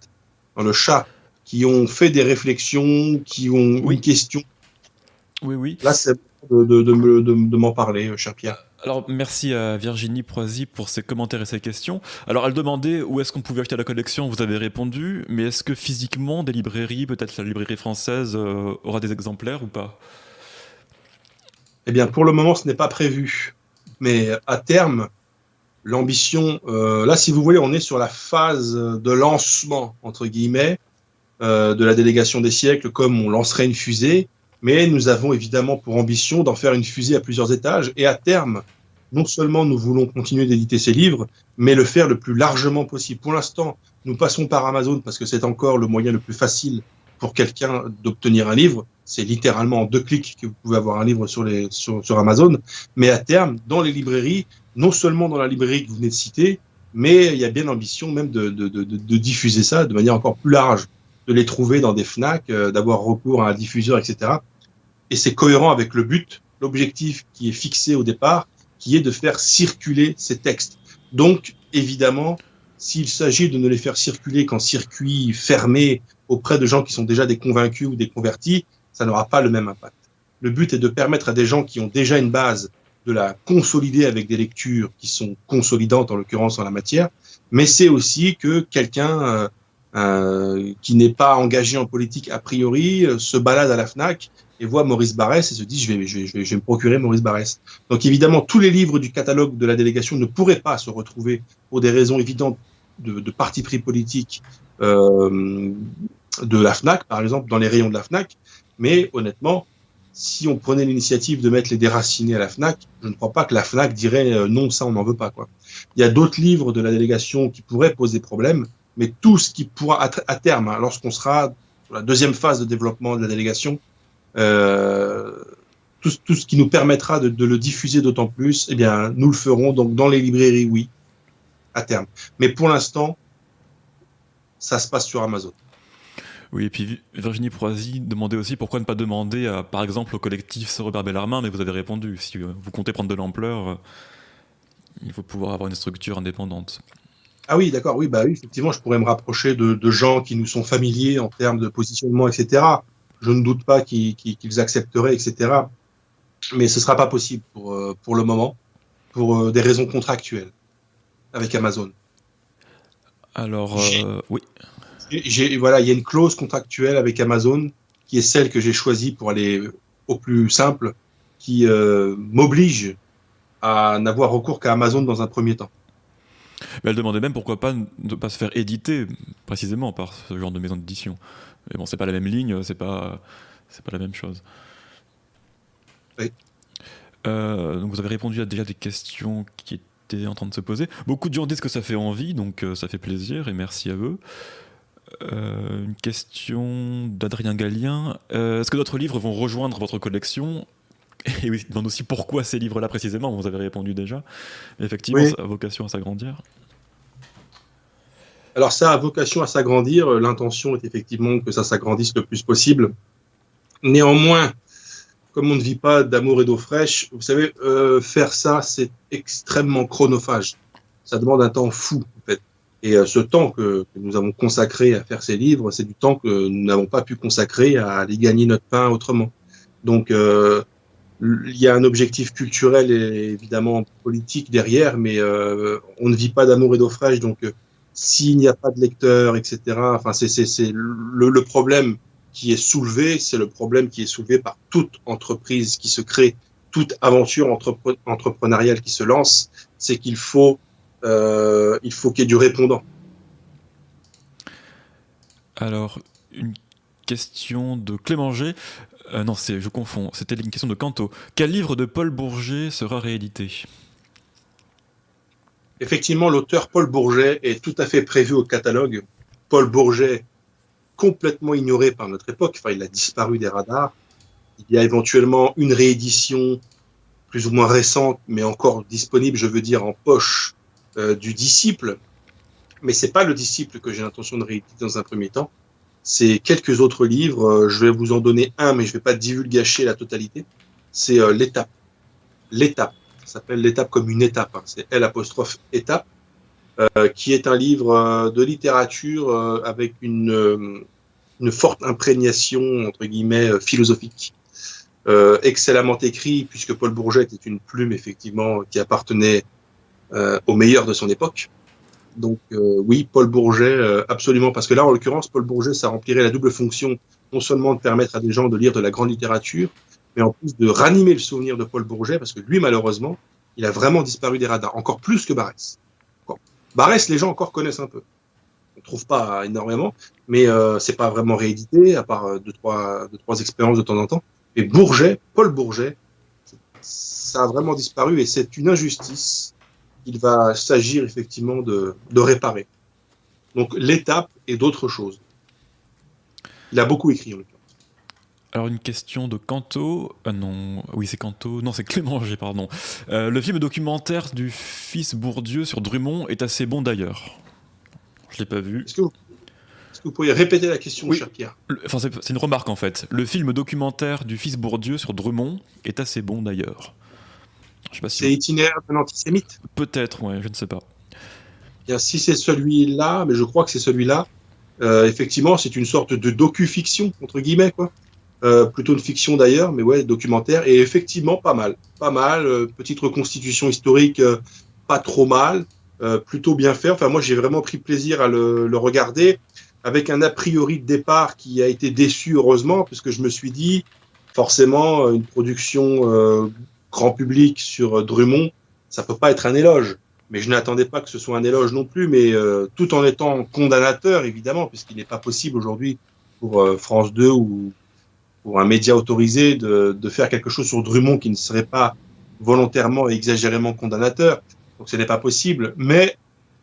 qui ont fait des réflexions, qui ont une question, oui. Là, c'est de m'en parler, cher Pierre. Alors, merci à Virginie Proisy pour ses commentaires et ses questions. Alors, elle demandait où est-ce qu'on pouvait acheter la collection, vous avez répondu, mais est-ce que physiquement, des librairies, peut-être la librairie française, aura des exemplaires ou pas? Eh bien, pour le moment, ce n'est pas prévu. Mais à terme, l'ambition, là, si vous voulez, on est sur la phase de lancement, entre guillemets, de la délégation des siècles, comme on lancerait une fusée, mais nous avons évidemment pour ambition d'en faire une fusée à plusieurs étages, et à terme, non seulement nous voulons continuer d'éditer ces livres, mais le faire le plus largement possible. Pour l'instant, nous passons par Amazon parce que c'est encore le moyen le plus facile pour quelqu'un d'obtenir un livre. C'est littéralement en 2 clics que vous pouvez avoir un livre sur Amazon. Mais à terme, dans les librairies, non seulement dans la librairie que vous venez de citer, mais il y a bien l'ambition même de diffuser ça de manière encore plus large, de les trouver dans des FNAC, d'avoir recours à un diffuseur, etc. Et c'est cohérent avec le but, l'objectif qui est fixé au départ, qui est de faire circuler ces textes. Donc, évidemment, s'il s'agit de ne les faire circuler qu'en circuit fermé auprès de gens qui sont déjà des convaincus ou des convertis, ça n'aura pas le même impact. Le but est de permettre à des gens qui ont déjà une base de la consolider avec des lectures qui sont consolidantes, en l'occurrence en la matière, mais c'est aussi que quelqu'un qui n'est pas engagé en politique a priori se balade à la FNAC et voit Maurice Barrès et se dit je vais me procurer Maurice Barrès. Donc évidemment, tous les livres du catalogue de la délégation ne pourraient pas se retrouver pour des raisons évidentes de parti pris politique de la FNAC, par exemple, dans les rayons de la FNAC. Mais honnêtement, si on prenait l'initiative de mettre les déracinés à la FNAC, je ne crois pas que la FNAC dirait non, ça on n'en veut pas, quoi. Il y a d'autres livres de la délégation qui pourraient poser problème, mais tout ce qui pourra à terme, hein, lorsqu'on sera dans la deuxième phase de développement de la délégation, tout ce qui nous permettra de le diffuser d'autant plus, eh bien, nous le ferons. Donc, dans les librairies, oui, à terme. Mais pour l'instant, ça se passe sur Amazon. Oui, et puis Virginie Proisy demandait aussi pourquoi ne pas demander, par exemple, au collectif Robert Bellarmin, mais vous avez répondu. Si vous comptez prendre de l'ampleur, il faut pouvoir avoir une structure indépendante. Ah oui, d'accord, oui, bah oui, effectivement, je pourrais me rapprocher de gens qui nous sont familiers en termes de positionnement, etc. Je ne doute pas qu'ils accepteraient, etc. Mais ce ne sera pas possible pour le moment, pour des raisons contractuelles avec Amazon. Alors, oui. Voilà, il y a une clause contractuelle avec Amazon qui est celle que j'ai choisie pour aller au plus simple, qui m'oblige à n'avoir recours qu'à Amazon dans un premier temps. Mais elle demandait même pourquoi pas ne pas se faire éditer précisément par ce genre de maison d'édition. Mais bon, c'est pas la même ligne, c'est pas la même chose. Oui. Donc vous avez répondu à déjà des questions qui étaient en train de se poser. Beaucoup de gens disent que ça fait envie, donc ça fait plaisir et merci à eux. Une question d'Adrien Gallien. Est-ce que d'autres livres vont rejoindre votre collection? Et oui, il demande aussi pourquoi ces livres-là précisément, vous avez répondu déjà. Mais effectivement, oui. Ça a vocation à s'agrandir. Alors ça a vocation à s'agrandir, l'intention est effectivement que ça s'agrandisse le plus possible. Néanmoins, comme on ne vit pas d'amour et d'eau fraîche, vous savez, faire ça, c'est extrêmement chronophage. Ça demande un temps fou, en fait. Et ce temps que nous avons consacré à faire ces livres, c'est du temps que nous n'avons pas pu consacrer à aller gagner notre pain autrement. Donc, il y a un objectif culturel et évidemment politique derrière, mais on ne vit pas d'amour et d'eau fraîche. Donc, s'il n'y a pas de lecteurs, etc., enfin, c'est le problème qui est soulevé, c'est le problème qui est soulevé par toute entreprise qui se crée, toute aventure entrepreneuriale qui se lance, c'est qu'il faut qu'il y ait du répondant. Alors, une question de Clément G. Non, je confonds. C'était une question de Canto. Quel livre de Paul Bourget sera réédité? Effectivement, l'auteur Paul Bourget est tout à fait prévu au catalogue. Paul Bourget, complètement ignoré par notre époque, enfin, il a disparu des radars. Il y a éventuellement une réédition plus ou moins récente, mais encore disponible, je veux dire, en poche, du Disciple. Mais c'est pas le Disciple que j'ai l'intention de rééditer dans un premier temps. C'est quelques autres livres. Je vais vous en donner un, mais je vais pas divulgacher la totalité. C'est L'Étape. L'Étape. Ça s'appelle L'Étape comme une étape. Hein. C'est L''étape, qui est un livre de littérature avec une forte imprégnation, entre guillemets, philosophique. excellemment écrit, puisque Paul Bourget était une plume, effectivement, qui appartenait au meilleur de son époque. Donc oui, Paul Bourget, absolument, parce que là, en l'occurrence, Paul Bourget, ça remplirait la double fonction, non seulement de permettre à des gens de lire de la grande littérature, mais en plus de ranimer le souvenir de Paul Bourget, parce que lui, malheureusement, il a vraiment disparu des radars, encore plus que Barès. Barès, les gens encore connaissent un peu. On ne trouve pas énormément, mais c'est pas vraiment réédité, à part deux, trois expériences de temps en temps. Et Bourget, Paul Bourget, ça a vraiment disparu, et c'est une injustice qu'il va s'agir effectivement de réparer. Donc l'étape est d'autres choses. Il a beaucoup écrit en l'occurrence. Alors une question de Canto, non, oui c'est Canto, non c'est Clémanger, pardon. Le film documentaire du fils Bourdieu sur Drummond est assez bon d'ailleurs. Je l'ai pas vu. Est-ce que vous pourriez répéter la question, oui. cher Pierre? Enfin c'est une remarque en fait. Le film documentaire du fils Bourdieu sur Drummond est assez bon d'ailleurs. Je sais pas si c'est Itinéraire d'un antisémite? Peut-être, ouais, je ne sais pas. Bien, si c'est celui-là, mais je crois que c'est celui-là, effectivement c'est une sorte de docu-fiction, entre guillemets, quoi. Plutôt une fiction d'ailleurs, mais ouais, documentaire, et effectivement pas mal, petite reconstitution historique, pas trop mal, plutôt bien fait. Enfin moi j'ai vraiment pris plaisir à le regarder, avec un a priori de départ qui a été déçu heureusement, parce que je me suis dit forcément une production grand public sur Drummond, ça peut pas être un éloge. Mais je n'attendais pas que ce soit un éloge non plus, mais tout en étant condamnateur évidemment, puisqu'il n'est pas possible aujourd'hui pour France 2 ou pour un média autorisé de faire quelque chose sur Drummond qui ne serait pas volontairement et exagérément condamnateur. Donc ce n'est pas possible. Mais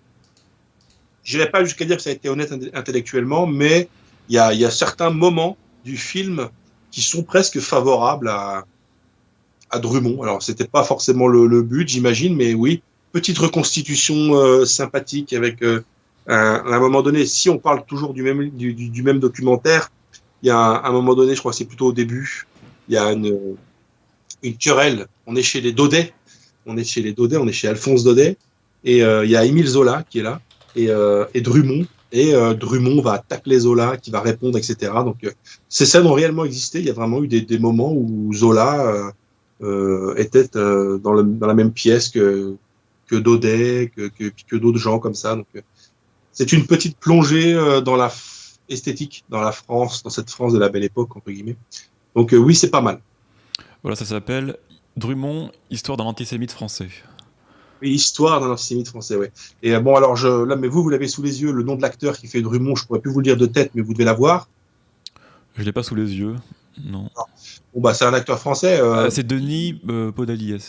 je n'irai pas jusqu'à dire que ça a été honnête intellectuellement, mais il y a certains moments du film qui sont presque favorables à Drummond. Alors c'était pas forcément le but, j'imagine, mais oui, petite reconstitution sympathique avec à un moment donné, si on parle toujours du même documentaire, il y a un moment donné, je crois que c'est plutôt au début, il y a une querelle. On est chez les Daudet, on est chez Alphonse Daudet, et il y a Émile Zola qui est là, et Drummond, et Drummond va tacler Zola, qui va répondre, etc. Donc ces scènes ont réellement existé. Il y a vraiment eu des moments où Zola était dans la même pièce que Daudet, que d'autres gens comme ça. Donc c'est une petite plongée dans la esthétique, dans la France, dans cette France de la belle époque, entre guillemets. Donc oui, c'est pas mal. Voilà, ça s'appelle Drummond, histoire d'un antisémite français. Oui, histoire d'un antisémite français, ouais. Et bon, alors là, mais vous l'avez sous les yeux, le nom de l'acteur qui fait Drummond, je pourrais plus vous le dire de tête, mais vous devez l'avoir. Je l'ai pas sous les yeux, non. Bon bah c'est un acteur français. C'est Denis Podalides.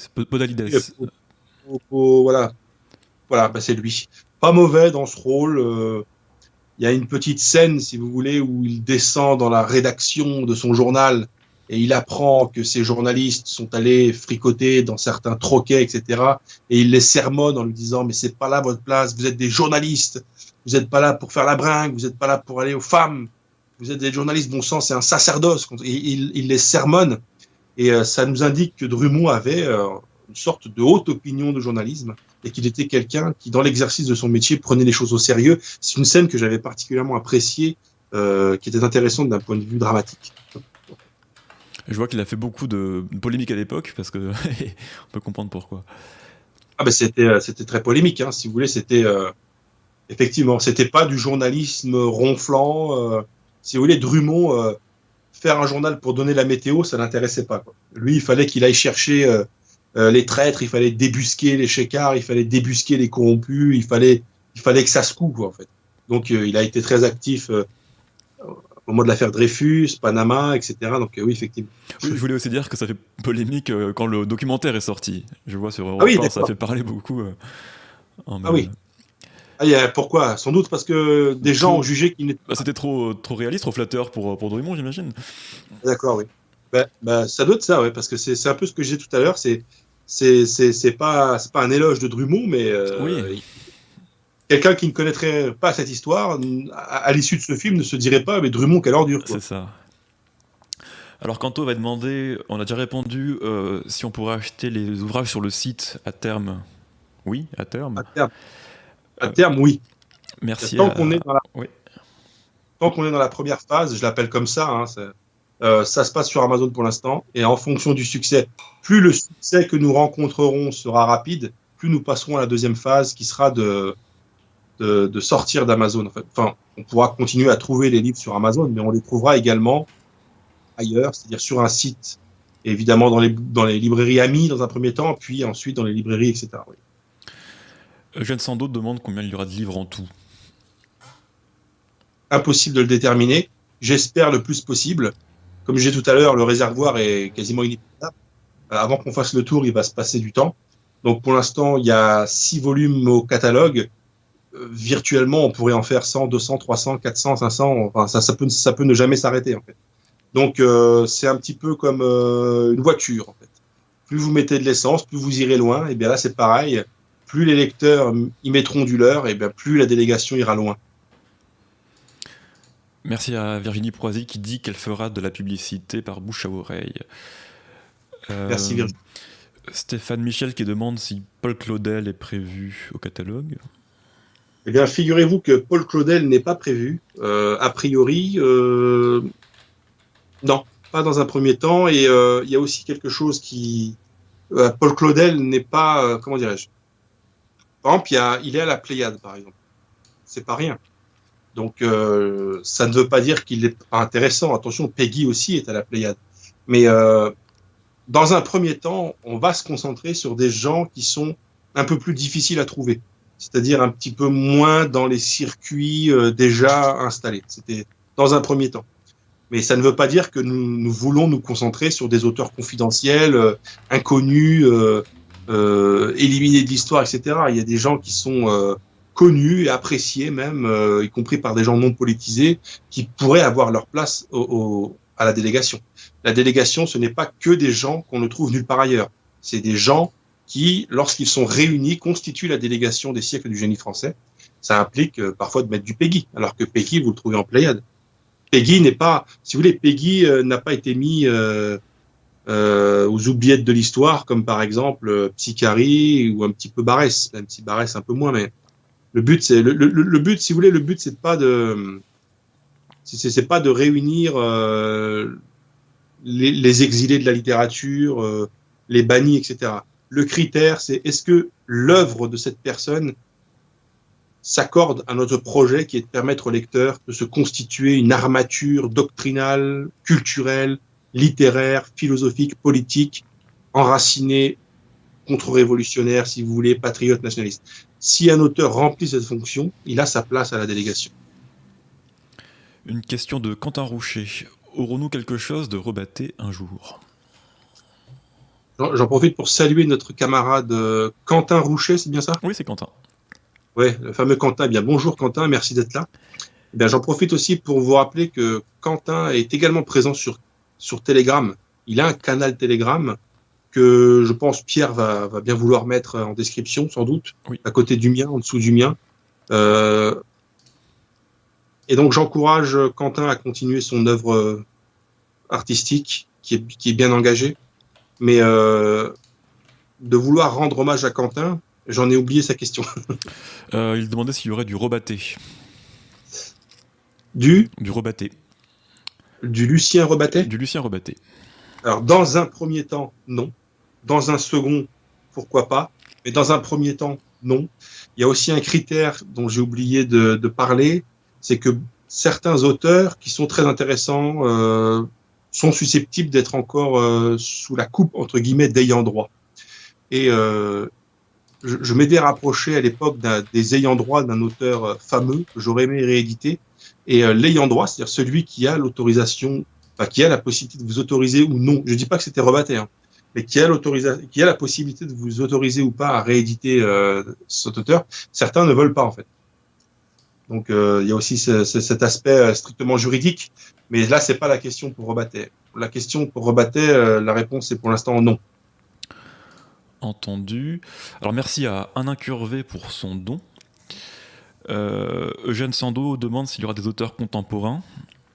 Voilà, bah, c'est lui. Pas mauvais dans ce rôle. Il y a une petite scène, si vous voulez, où il descend dans la rédaction de son journal et il apprend que ces journalistes sont allés fricoter dans certains troquets, etc. Et il les sermonne en lui disant « Mais c'est pas là votre place, vous êtes des journalistes, vous n'êtes pas là pour faire la bringue, vous n'êtes pas là pour aller aux femmes, vous êtes des journalistes, bon sang, c'est un sacerdoce. » Et il les sermonne, et ça nous indique que Drummond avait une sorte de haute opinion de journalisme, et qu'il était quelqu'un qui, dans l'exercice de son métier, prenait les choses au sérieux. C'est une scène que j'avais particulièrement appréciée, qui était intéressante d'un point de vue dramatique. Je vois qu'il a fait beaucoup de polémiques à l'époque, parce que on peut comprendre pourquoi. Ah ben c'était très polémique, hein, si vous voulez. C'était effectivement, c'était pas du journalisme ronflant. Si vous voulez, Drummond, faire un journal pour donner la météo, ça l'intéressait pas, quoi. Lui, il fallait qu'il aille chercher les traîtres, il fallait débusquer les chécards, il fallait débusquer les corrompus, il fallait que ça se coupe, quoi, en fait. Donc il a été très actif au moment de l'affaire Dreyfus, Panama, etc. Donc oui, effectivement. Oui, je voulais aussi dire que ça fait polémique quand le documentaire est sorti. Je vois sur Europe 1, ça fait parler beaucoup. Oui. Pourquoi? Sans doute parce que des gens ont jugé qu'il n'était pas... C'était trop réaliste, trop flatteur pour Drummond, j'imagine. D'accord, oui. Ça doit être ça, ouais, parce que c'est un peu ce que j'ai dit tout à l'heure. C'est pas un éloge de Drummond, mais oui. Quelqu'un qui ne connaîtrait pas cette histoire, à l'issue de ce film, ne se dirait pas, mais Drummond, quelle ordure, quoi. C'est ça. Alors Canto va demander, on a déjà répondu, si on pourrait acheter les ouvrages sur le site à terme. Oui, à terme. À terme, oui. Merci. Tant qu'on est dans la première phase, je l'appelle comme ça, hein, Ça se passe sur Amazon pour l'instant. Et en fonction du succès, plus le succès que nous rencontrerons sera rapide, plus nous passerons à la deuxième phase qui sera de sortir d'Amazon. En fait. Enfin, on pourra continuer à trouver les livres sur Amazon, mais on les trouvera également ailleurs, c'est-à-dire sur un site, évidemment dans les librairies amies dans un premier temps, puis ensuite dans les librairies, etc. Oui. Eugène Sandeau demande combien il y aura de livres en tout. Impossible de le déterminer. J'espère le plus possible. Comme je disais tout à l'heure, le réservoir est quasiment illimitable. Avant qu'on fasse le tour, il va se passer du temps. Donc pour l'instant, il y a 6 volumes au catalogue. Virtuellement, on pourrait en faire 100, 200, 300, 400, 500. Enfin, ça peut ne jamais s'arrêter en fait. Donc c'est un petit peu comme une voiture en fait. Plus vous mettez de l'essence, plus vous irez loin. Et bien là, c'est pareil. Plus les lecteurs y mettront du leur, et bien plus la délégation ira loin. Merci à Virginie Proisy qui dit qu'elle fera de la publicité par bouche à oreille. Merci Virginie. Stéphane Michel qui demande si Paul Claudel est prévu au catalogue. Eh bien, figurez-vous que Paul Claudel n'est pas prévu. A priori, non, pas dans un premier temps. Et il y a aussi quelque chose qui... Paul Claudel n'est pas... comment dirais-je ? Par exemple, il est à la Pléiade, par exemple. C'est pas rien. Donc, ça ne veut pas dire qu'il n'est pas intéressant. Attention, Peggy aussi est à la Pléiade. Mais dans un premier temps, on va se concentrer sur des gens qui sont un peu plus difficiles à trouver. C'est-à-dire un petit peu moins dans les circuits déjà installés. C'était dans un premier temps. Mais ça ne veut pas dire que nous voulons nous concentrer sur des auteurs confidentiels, inconnus, éliminés de l'histoire, etc. Il y a des gens qui sont connus et appréciés même, y compris par des gens non politisés, qui pourraient avoir leur place à la délégation. La délégation, ce n'est pas que des gens qu'on ne trouve nulle part ailleurs. C'est des gens qui, lorsqu'ils sont réunis, constituent la délégation des siècles du génie français. Ça implique parfois de mettre du Peggy, alors que Peggy, vous le trouvez en Pléiade. Peggy n'est pas, si vous voulez, Peggy n'a pas été mis aux oubliettes de l'histoire, comme par exemple Psychari ou un petit peu Barès, même si Barès un peu moins, mais le but, c'est le but, si vous voulez, le but, c'est pas de réunir les exilés de la littérature, les bannis, etc. Le critère, c'est est-ce que l'œuvre de cette personne s'accorde à notre projet qui est de permettre au lecteur de se constituer une armature doctrinale, culturelle, littéraire, philosophique, politique, enracinée, contre-révolutionnaire, si vous voulez, patriote, nationaliste. Si un auteur remplit cette fonction, il a sa place à la délégation. Une question de Quentin Roucher. Aurons-nous quelque chose de Rebatté un jour ? J'en profite pour saluer notre camarade Quentin Roucher, c'est bien ça ? Oui, c'est Quentin. Oui, le fameux Quentin. Eh bien, bonjour Quentin, merci d'être là. Eh bien, j'en profite aussi pour vous rappeler que Quentin est également présent sur Telegram. Il a un canal Telegram que je pense Pierre va bien vouloir mettre en description, sans doute, oui. À côté du mien, en dessous du mien. Et donc, j'encourage Quentin à continuer son œuvre artistique, qui est bien engagée. Mais de vouloir rendre hommage à Quentin, j'en ai oublié sa question. Il demandait s'il y aurait du Rebatté. Du Rebatté. Du Lucien Rebatté ? Du Lucien Rebatté. Alors, dans un premier temps, non. Dans un second, pourquoi pas. Mais dans un premier temps, non. Il y a aussi un critère dont j'ai oublié de parler, c'est que certains auteurs qui sont très intéressants sont susceptibles d'être encore sous la coupe, entre guillemets, d'ayants droit. Et je m'étais rapproché à l'époque des ayants droit d'un auteur fameux que j'aurais aimé rééditer. Et l'ayant droit, c'est-à-dire celui qui a l'autorisation, enfin, qui a la possibilité de vous autoriser ou non. Je dis pas que c'était Rebatté, hein, mais qui a la possibilité de vous autoriser ou pas à rééditer cet auteur. Certains ne veulent pas, en fait. Donc il y a aussi cet aspect strictement juridique, mais là c'est pas la question pour Rebatté. La question pour Rebatté, la réponse est pour l'instant non. Entendu. Alors merci à Anna Curvé pour son don. Eugène Sandeau demande s'il y aura des auteurs contemporains.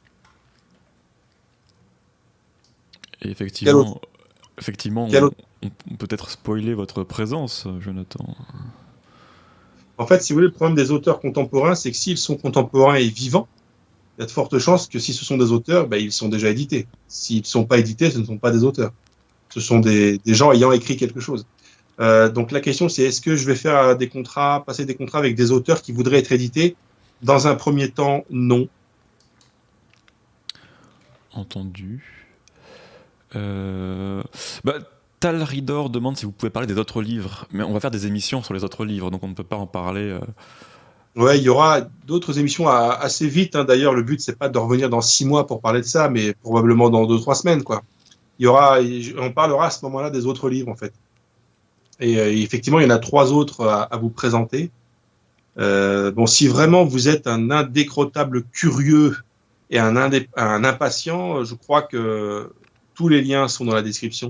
Et effectivement, on peut peut-être spoiler votre présence, Jonathan. En fait, si vous voulez, le problème des auteurs contemporains, c'est que s'ils sont contemporains et vivants, il y a de fortes chances que si ce sont des auteurs, ils sont déjà édités. S'ils ne sont pas édités, ce ne sont pas des auteurs. Ce sont des gens ayant écrit quelque chose. Donc la question, c'est est-ce que je vais faire passer des contrats avec des auteurs qui voudraient être édités? Dans un premier temps, non. Entendu. Tal Ridor demande si vous pouvez parler des autres livres, mais on va faire des émissions sur les autres livres, donc on ne peut pas en parler. Ouais, il y aura d'autres émissions assez vite. Hein. D'ailleurs, le but, c'est pas de revenir dans 6 mois pour parler de ça, mais probablement dans 2-3 semaines, quoi. On parlera à ce moment-là des autres livres, en fait. Et effectivement, il y en a 3 autres à vous présenter. Si vraiment vous êtes un indécrottable curieux et un impatient, je crois que tous les liens sont dans la description.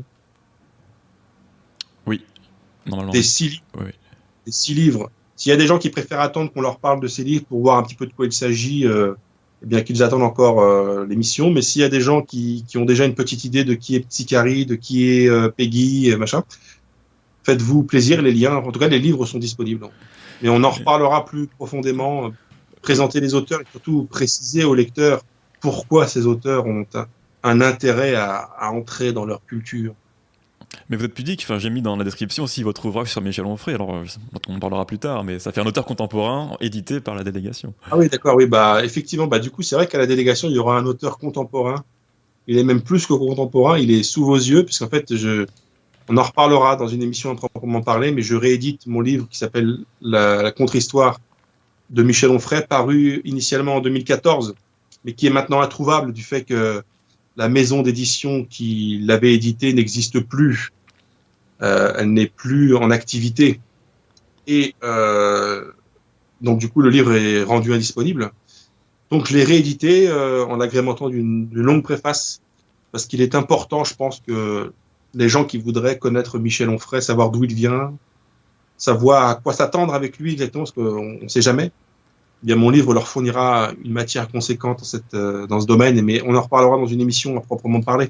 Oui, normalement. Des 6 livres. Oui. Des 6 livres. S'il y a des gens qui préfèrent attendre qu'on leur parle de ces livres pour voir un petit peu de quoi il s'agit, eh bien qu'ils attendent encore l'émission. Mais s'il y a des gens qui ont déjà une petite idée de qui est Psychari, de qui est Peggy, machin, faites-vous plaisir, les liens, en tout cas les livres sont disponibles. Mais on en reparlera plus profondément, présenter les auteurs et surtout préciser aux lecteurs pourquoi ces auteurs ont un intérêt à entrer dans leur culture. Mais vous êtes pudique, j'ai mis dans la description aussi votre ouvrage sur Michel Onfray, alors on en parlera plus tard, mais ça fait un auteur contemporain édité par la délégation. Ah oui, d'accord, oui, effectivement, du coup, c'est vrai qu'à la délégation, il y aura un auteur contemporain. Il est même plus que contemporain, il est sous vos yeux, puisqu'en fait, on en reparlera dans une émission à proprement parler, mais je réédite mon livre qui s'appelle La contre-histoire de Michel Onfray, paru initialement en 2014, mais qui est maintenant introuvable du fait que la maison d'édition qui l'avait édité n'existe plus. Elle n'est plus en activité. Et donc, du coup, le livre est rendu indisponible. Donc, je l'ai réédité en l'agrémentant d'une longue préface, parce qu'il est important, je pense, que les gens qui voudraient connaître Michel Onfray, savoir d'où il vient, savoir à quoi s'attendre avec lui exactement, parce qu'on ne sait jamais, eh bien, mon livre leur fournira une matière conséquente dans ce domaine, mais on en reparlera dans une émission à proprement parler.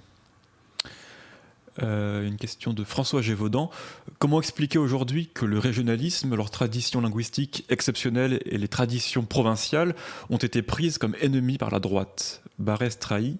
Une question de François Gévaudan. Comment expliquer aujourd'hui que le régionalisme, leurs traditions linguistiques exceptionnelles et les traditions provinciales ont été prises comme ennemies par la droite? Barrès trahi.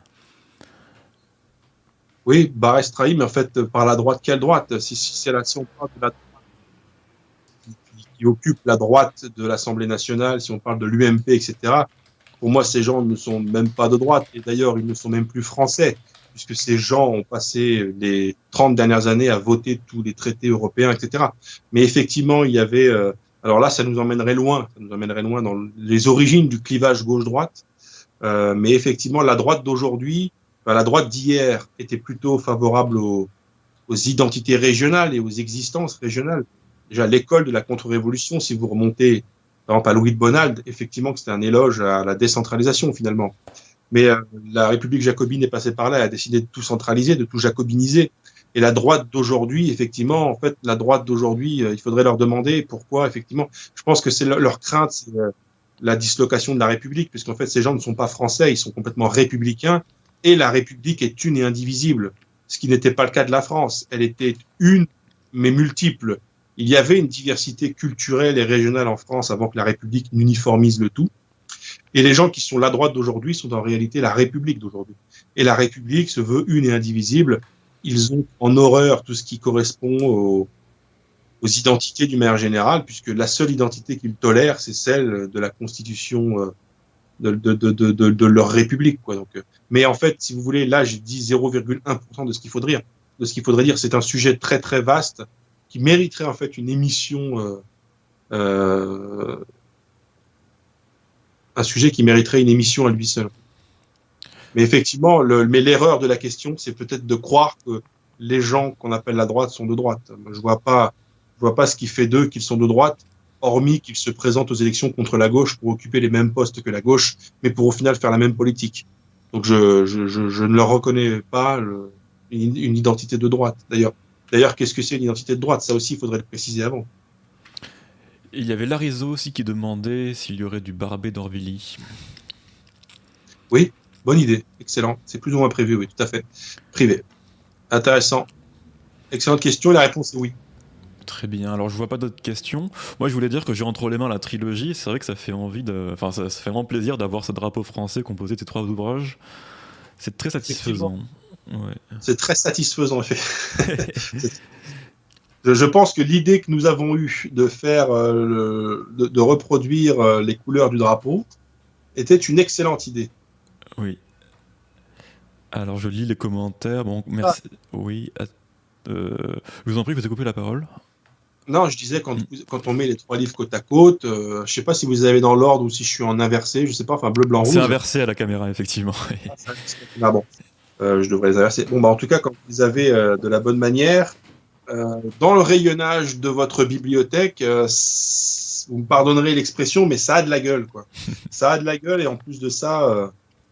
Oui, Barrès trahi, mais en fait, par la droite, quelle droite? Si on parle de la droite qui occupe la droite de l'Assemblée nationale, si on parle de l'UMP, etc., pour moi, ces gens ne sont même pas de droite. Et d'ailleurs, ils ne sont même plus français, puisque ces gens ont passé les 30 dernières années à voter tous les traités européens, etc. Mais effectivement, il y avait... alors là, ça nous emmènerait loin. Ça nous emmènerait loin dans les origines du clivage gauche-droite. Mais effectivement, la droite d'aujourd'hui, la droite d'hier était plutôt favorable aux identités régionales et aux existences régionales. Déjà, l'école de la contre-révolution, si vous remontez, par exemple, à Louis de Bonald, effectivement, que c'était un éloge à la décentralisation, finalement. Mais la République jacobine est passée par là, elle a décidé de tout centraliser, de tout jacobiniser. Et la droite d'aujourd'hui, effectivement, en fait, la droite d'aujourd'hui, il faudrait leur demander pourquoi, effectivement. Je pense que c'est leur crainte, c'est la dislocation de la République, puisqu'en fait, ces gens ne sont pas français, ils sont complètement républicains. Et la République est une et indivisible, ce qui n'était pas le cas de la France. Elle était une, mais multiple. Il y avait une diversité culturelle et régionale en France avant que la République n'uniformise le tout. Et les gens qui sont la droite d'aujourd'hui sont en réalité la République d'aujourd'hui. Et la République se veut une et indivisible. Ils ont en horreur tout ce qui correspond aux identités d'une manière générale, puisque la seule identité qu'ils tolèrent, c'est celle de la Constitution de leur République, quoi. Donc, mais en fait, si vous voulez, là, j'ai dit 0,1% de ce qu'il faudrait dire. C'est un sujet très très vaste qui mériterait en fait une émission, un sujet qui mériterait une émission à lui seul. Mais effectivement, mais l'erreur de la question, c'est peut-être de croire que les gens qu'on appelle la droite sont de droite. Je vois pas ce qui fait d'eux qu'ils sont de droite, hormis qu'ils se présentent aux élections contre la gauche pour occuper les mêmes postes que la gauche, mais pour au final faire la même politique. Donc je ne leur reconnais pas une identité de droite. D'ailleurs, qu'est-ce que c'est une identité de droite? Ça aussi, il faudrait le préciser avant. Et il y avait Larizo aussi qui demandait s'il y aurait du Barbé d'Orvilly. Oui, bonne idée, excellent. C'est plus ou moins prévu, oui, tout à fait. Privé. Intéressant. Excellente question, la réponse est oui. Très Très bien. Alors, je vois pas d'autres questions. Moi, je voulais dire que j'ai entre les mains la trilogie. C'est vrai que ça fait ça fait vraiment plaisir d'avoir ce drapeau français composé de ces 3 ouvrages. C'est très satisfaisant. Ouais. C'est très satisfaisant, en fait. Je pense que l'idée que nous avons eue de faire, de reproduire les couleurs du drapeau était une excellente idée. Oui. Alors, je lis les commentaires. Bon, merci. Oui. Je vous en prie, vous avez coupé la parole. Non, je disais, quand on met les 3 livres côte à côte, je sais pas si vous avez dans l'ordre ou si je suis en inversé, je sais pas, enfin bleu, blanc, rouge. C'est inversé à la caméra, effectivement. Ah bon, je devrais les inverser. Bon, bah, en tout cas, quand vous avez de la bonne manière, dans le rayonnage de votre bibliothèque, vous me pardonnerez l'expression, mais ça a de la gueule, quoi. Ça a de la gueule, et en plus de ça,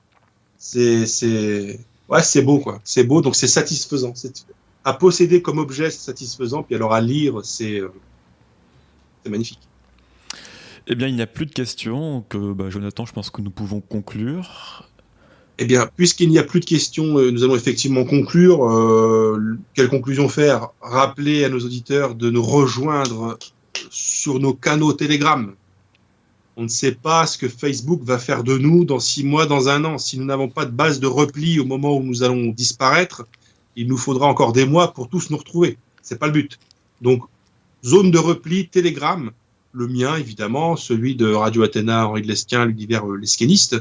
ouais, c'est beau, quoi. C'est beau, donc c'est satisfaisant. À posséder comme objet, c'est satisfaisant, puis alors à lire, c'est magnifique. Eh bien, il n'y a plus de questions, donc Jonathan, je pense que nous pouvons conclure. Eh bien, puisqu'il n'y a plus de questions, nous allons effectivement conclure. Quelle conclusion faire? Rappeler à nos auditeurs de nous rejoindre sur nos canaux Telegram. On ne sait pas ce que Facebook va faire de nous dans 6 mois, dans 1 an. Si nous n'avons pas de base de repli au moment où nous allons disparaître, il nous faudra encore des mois pour tous nous retrouver. C'est pas le but. Donc, zone de repli, Telegram, le mien évidemment, celui de Radio Athéna, Henri de Lesquin, l'univers lesquiniste.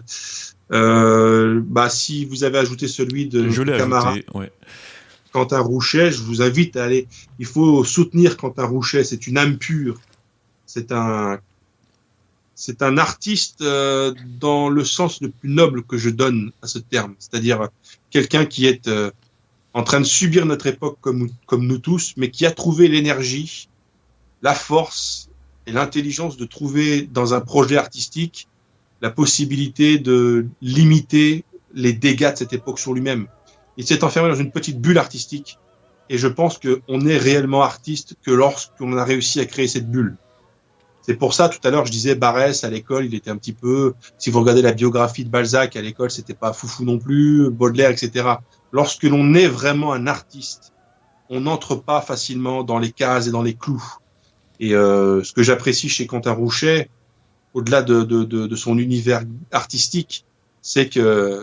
Si vous avez ajouté celui de notre camarade Quentin Rouchet, je vous invite à aller. Il faut soutenir Quentin Rouchet. C'est une âme pure. C'est un artiste dans le sens le plus noble que je donne à ce terme. C'est-à-dire quelqu'un qui est en train de subir notre époque comme nous tous, mais qui a trouvé l'énergie, la force et l'intelligence de trouver dans un projet artistique la possibilité de limiter les dégâts de cette époque sur lui-même. Il s'est enfermé dans une petite bulle artistique, et je pense qu'on est réellement artiste que lorsqu'on a réussi à créer cette bulle. C'est pour ça, tout à l'heure, je disais Barrès, à l'école, il était un petit peu... Si vous regardez la biographie de Balzac, à l'école, c'était pas foufou non plus, Baudelaire, etc. Lorsque l'on est vraiment un artiste, on n'entre pas facilement dans les cases et dans les clous. Et ce que j'apprécie chez Quentin Rouchet, au-delà de son univers artistique, c'est que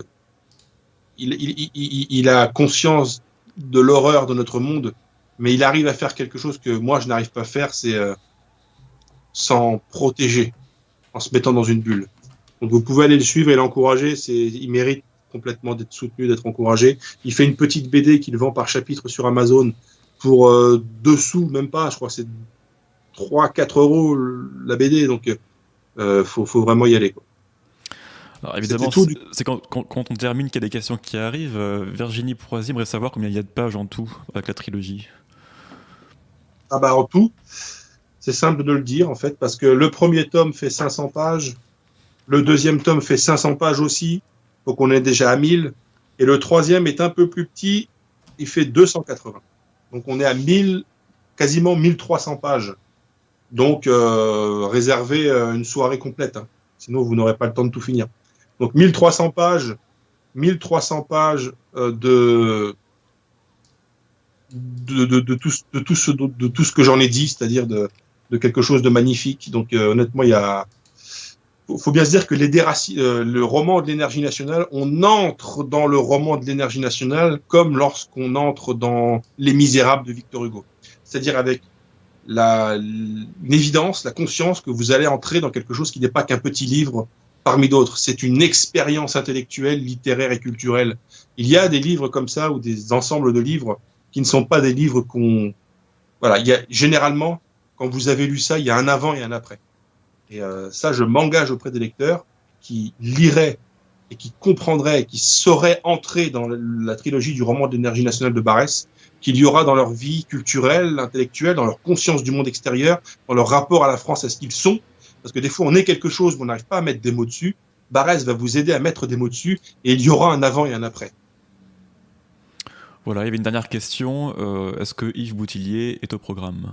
il a conscience de l'horreur de notre monde, mais il arrive à faire quelque chose que moi je n'arrive pas à faire, c'est s'en protéger, en se mettant dans une bulle. Donc vous pouvez aller le suivre et l'encourager, il mérite complètement d'être soutenu, d'être encouragé. Il fait une petite BD qu'il vend par chapitre sur Amazon pour 2 sous, même pas, je crois que c'est 3-4 euros la BD, donc faut vraiment y aller, quoi. Alors évidemment, c'est quand on termine qu'il y a des questions qui arrivent. Virginie Proisy aimerait savoir combien il y a de pages en tout avec la trilogie. Ah bah en tout, c'est simple de le dire en fait, parce que le premier tome fait 500 pages, le deuxième tome fait 500 pages aussi, donc on est déjà à 1000, et le troisième est un peu plus petit, il fait 280. Donc on est à 1000, quasiment 1300 pages. Donc réservez une soirée complète, hein. Sinon vous n'aurez pas le temps de tout finir. Donc 1300 pages de tout ce que j'en ai dit, c'est-à-dire de quelque chose de magnifique. Donc honnêtement, faut bien se dire que le roman de l'énergie nationale, on entre dans le roman de l'énergie nationale comme lorsqu'on entre dans Les Misérables de Victor Hugo. C'est-à-dire avec une évidence, la conscience que vous allez entrer dans quelque chose qui n'est pas qu'un petit livre parmi d'autres. C'est une expérience intellectuelle, littéraire et culturelle. Il y a des livres comme ça, ou des ensembles de livres qui ne sont pas des livres généralement, quand vous avez lu ça, il y a un avant et un après. Et ça, je m'engage auprès des lecteurs qui liraient et qui comprendraient, et qui sauraient entrer dans la trilogie du roman de l'énergie nationale de Barrès, qu'il y aura dans leur vie culturelle, intellectuelle, dans leur conscience du monde extérieur, dans leur rapport à la France, à ce qu'ils sont. Parce que des fois, on est quelque chose, mais on n'arrive pas à mettre des mots dessus. Barrès va vous aider à mettre des mots dessus, et il y aura un avant et un après. Voilà, il y avait une dernière question. Est-ce que Yves Boutillier est au programme?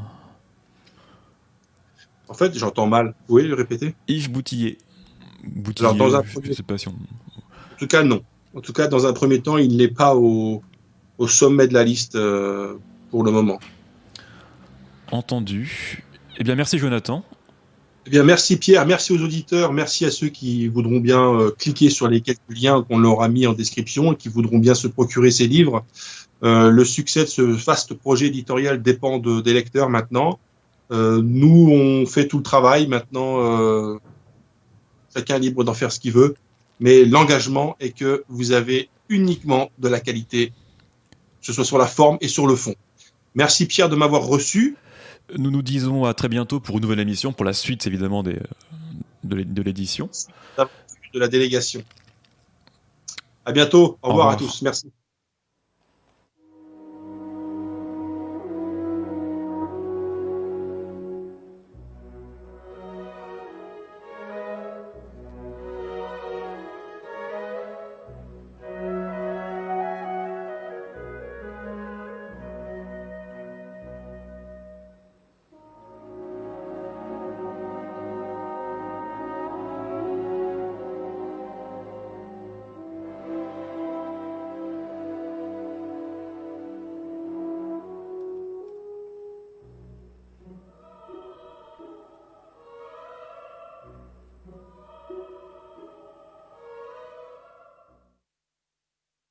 En fait, j'entends mal. Vous pouvez le répéter? Yves Boutillier. Alors, dans un premier... En tout cas, non. En tout cas, dans un premier temps, il n'est pas au sommet de la liste pour le moment. entendu. Eh bien, merci Jonathan. Eh bien, merci Pierre, merci aux auditeurs, merci à ceux qui voudront bien cliquer sur les quelques liens qu'on leur a mis en description et qui voudront bien se procurer ces livres. Le succès de ce vaste projet éditorial dépend des lecteurs maintenant. Nous, on fait tout le travail maintenant. Chacun est libre d'en faire ce qu'il veut, mais l'engagement est que vous avez uniquement de la qualité, que ce soit sur la forme et sur le fond. Merci Pierre de m'avoir reçu. Nous nous disons à très bientôt pour une nouvelle émission, pour la suite évidemment de l'édition. De la délégation. À bientôt. Au revoir à tous. Merci.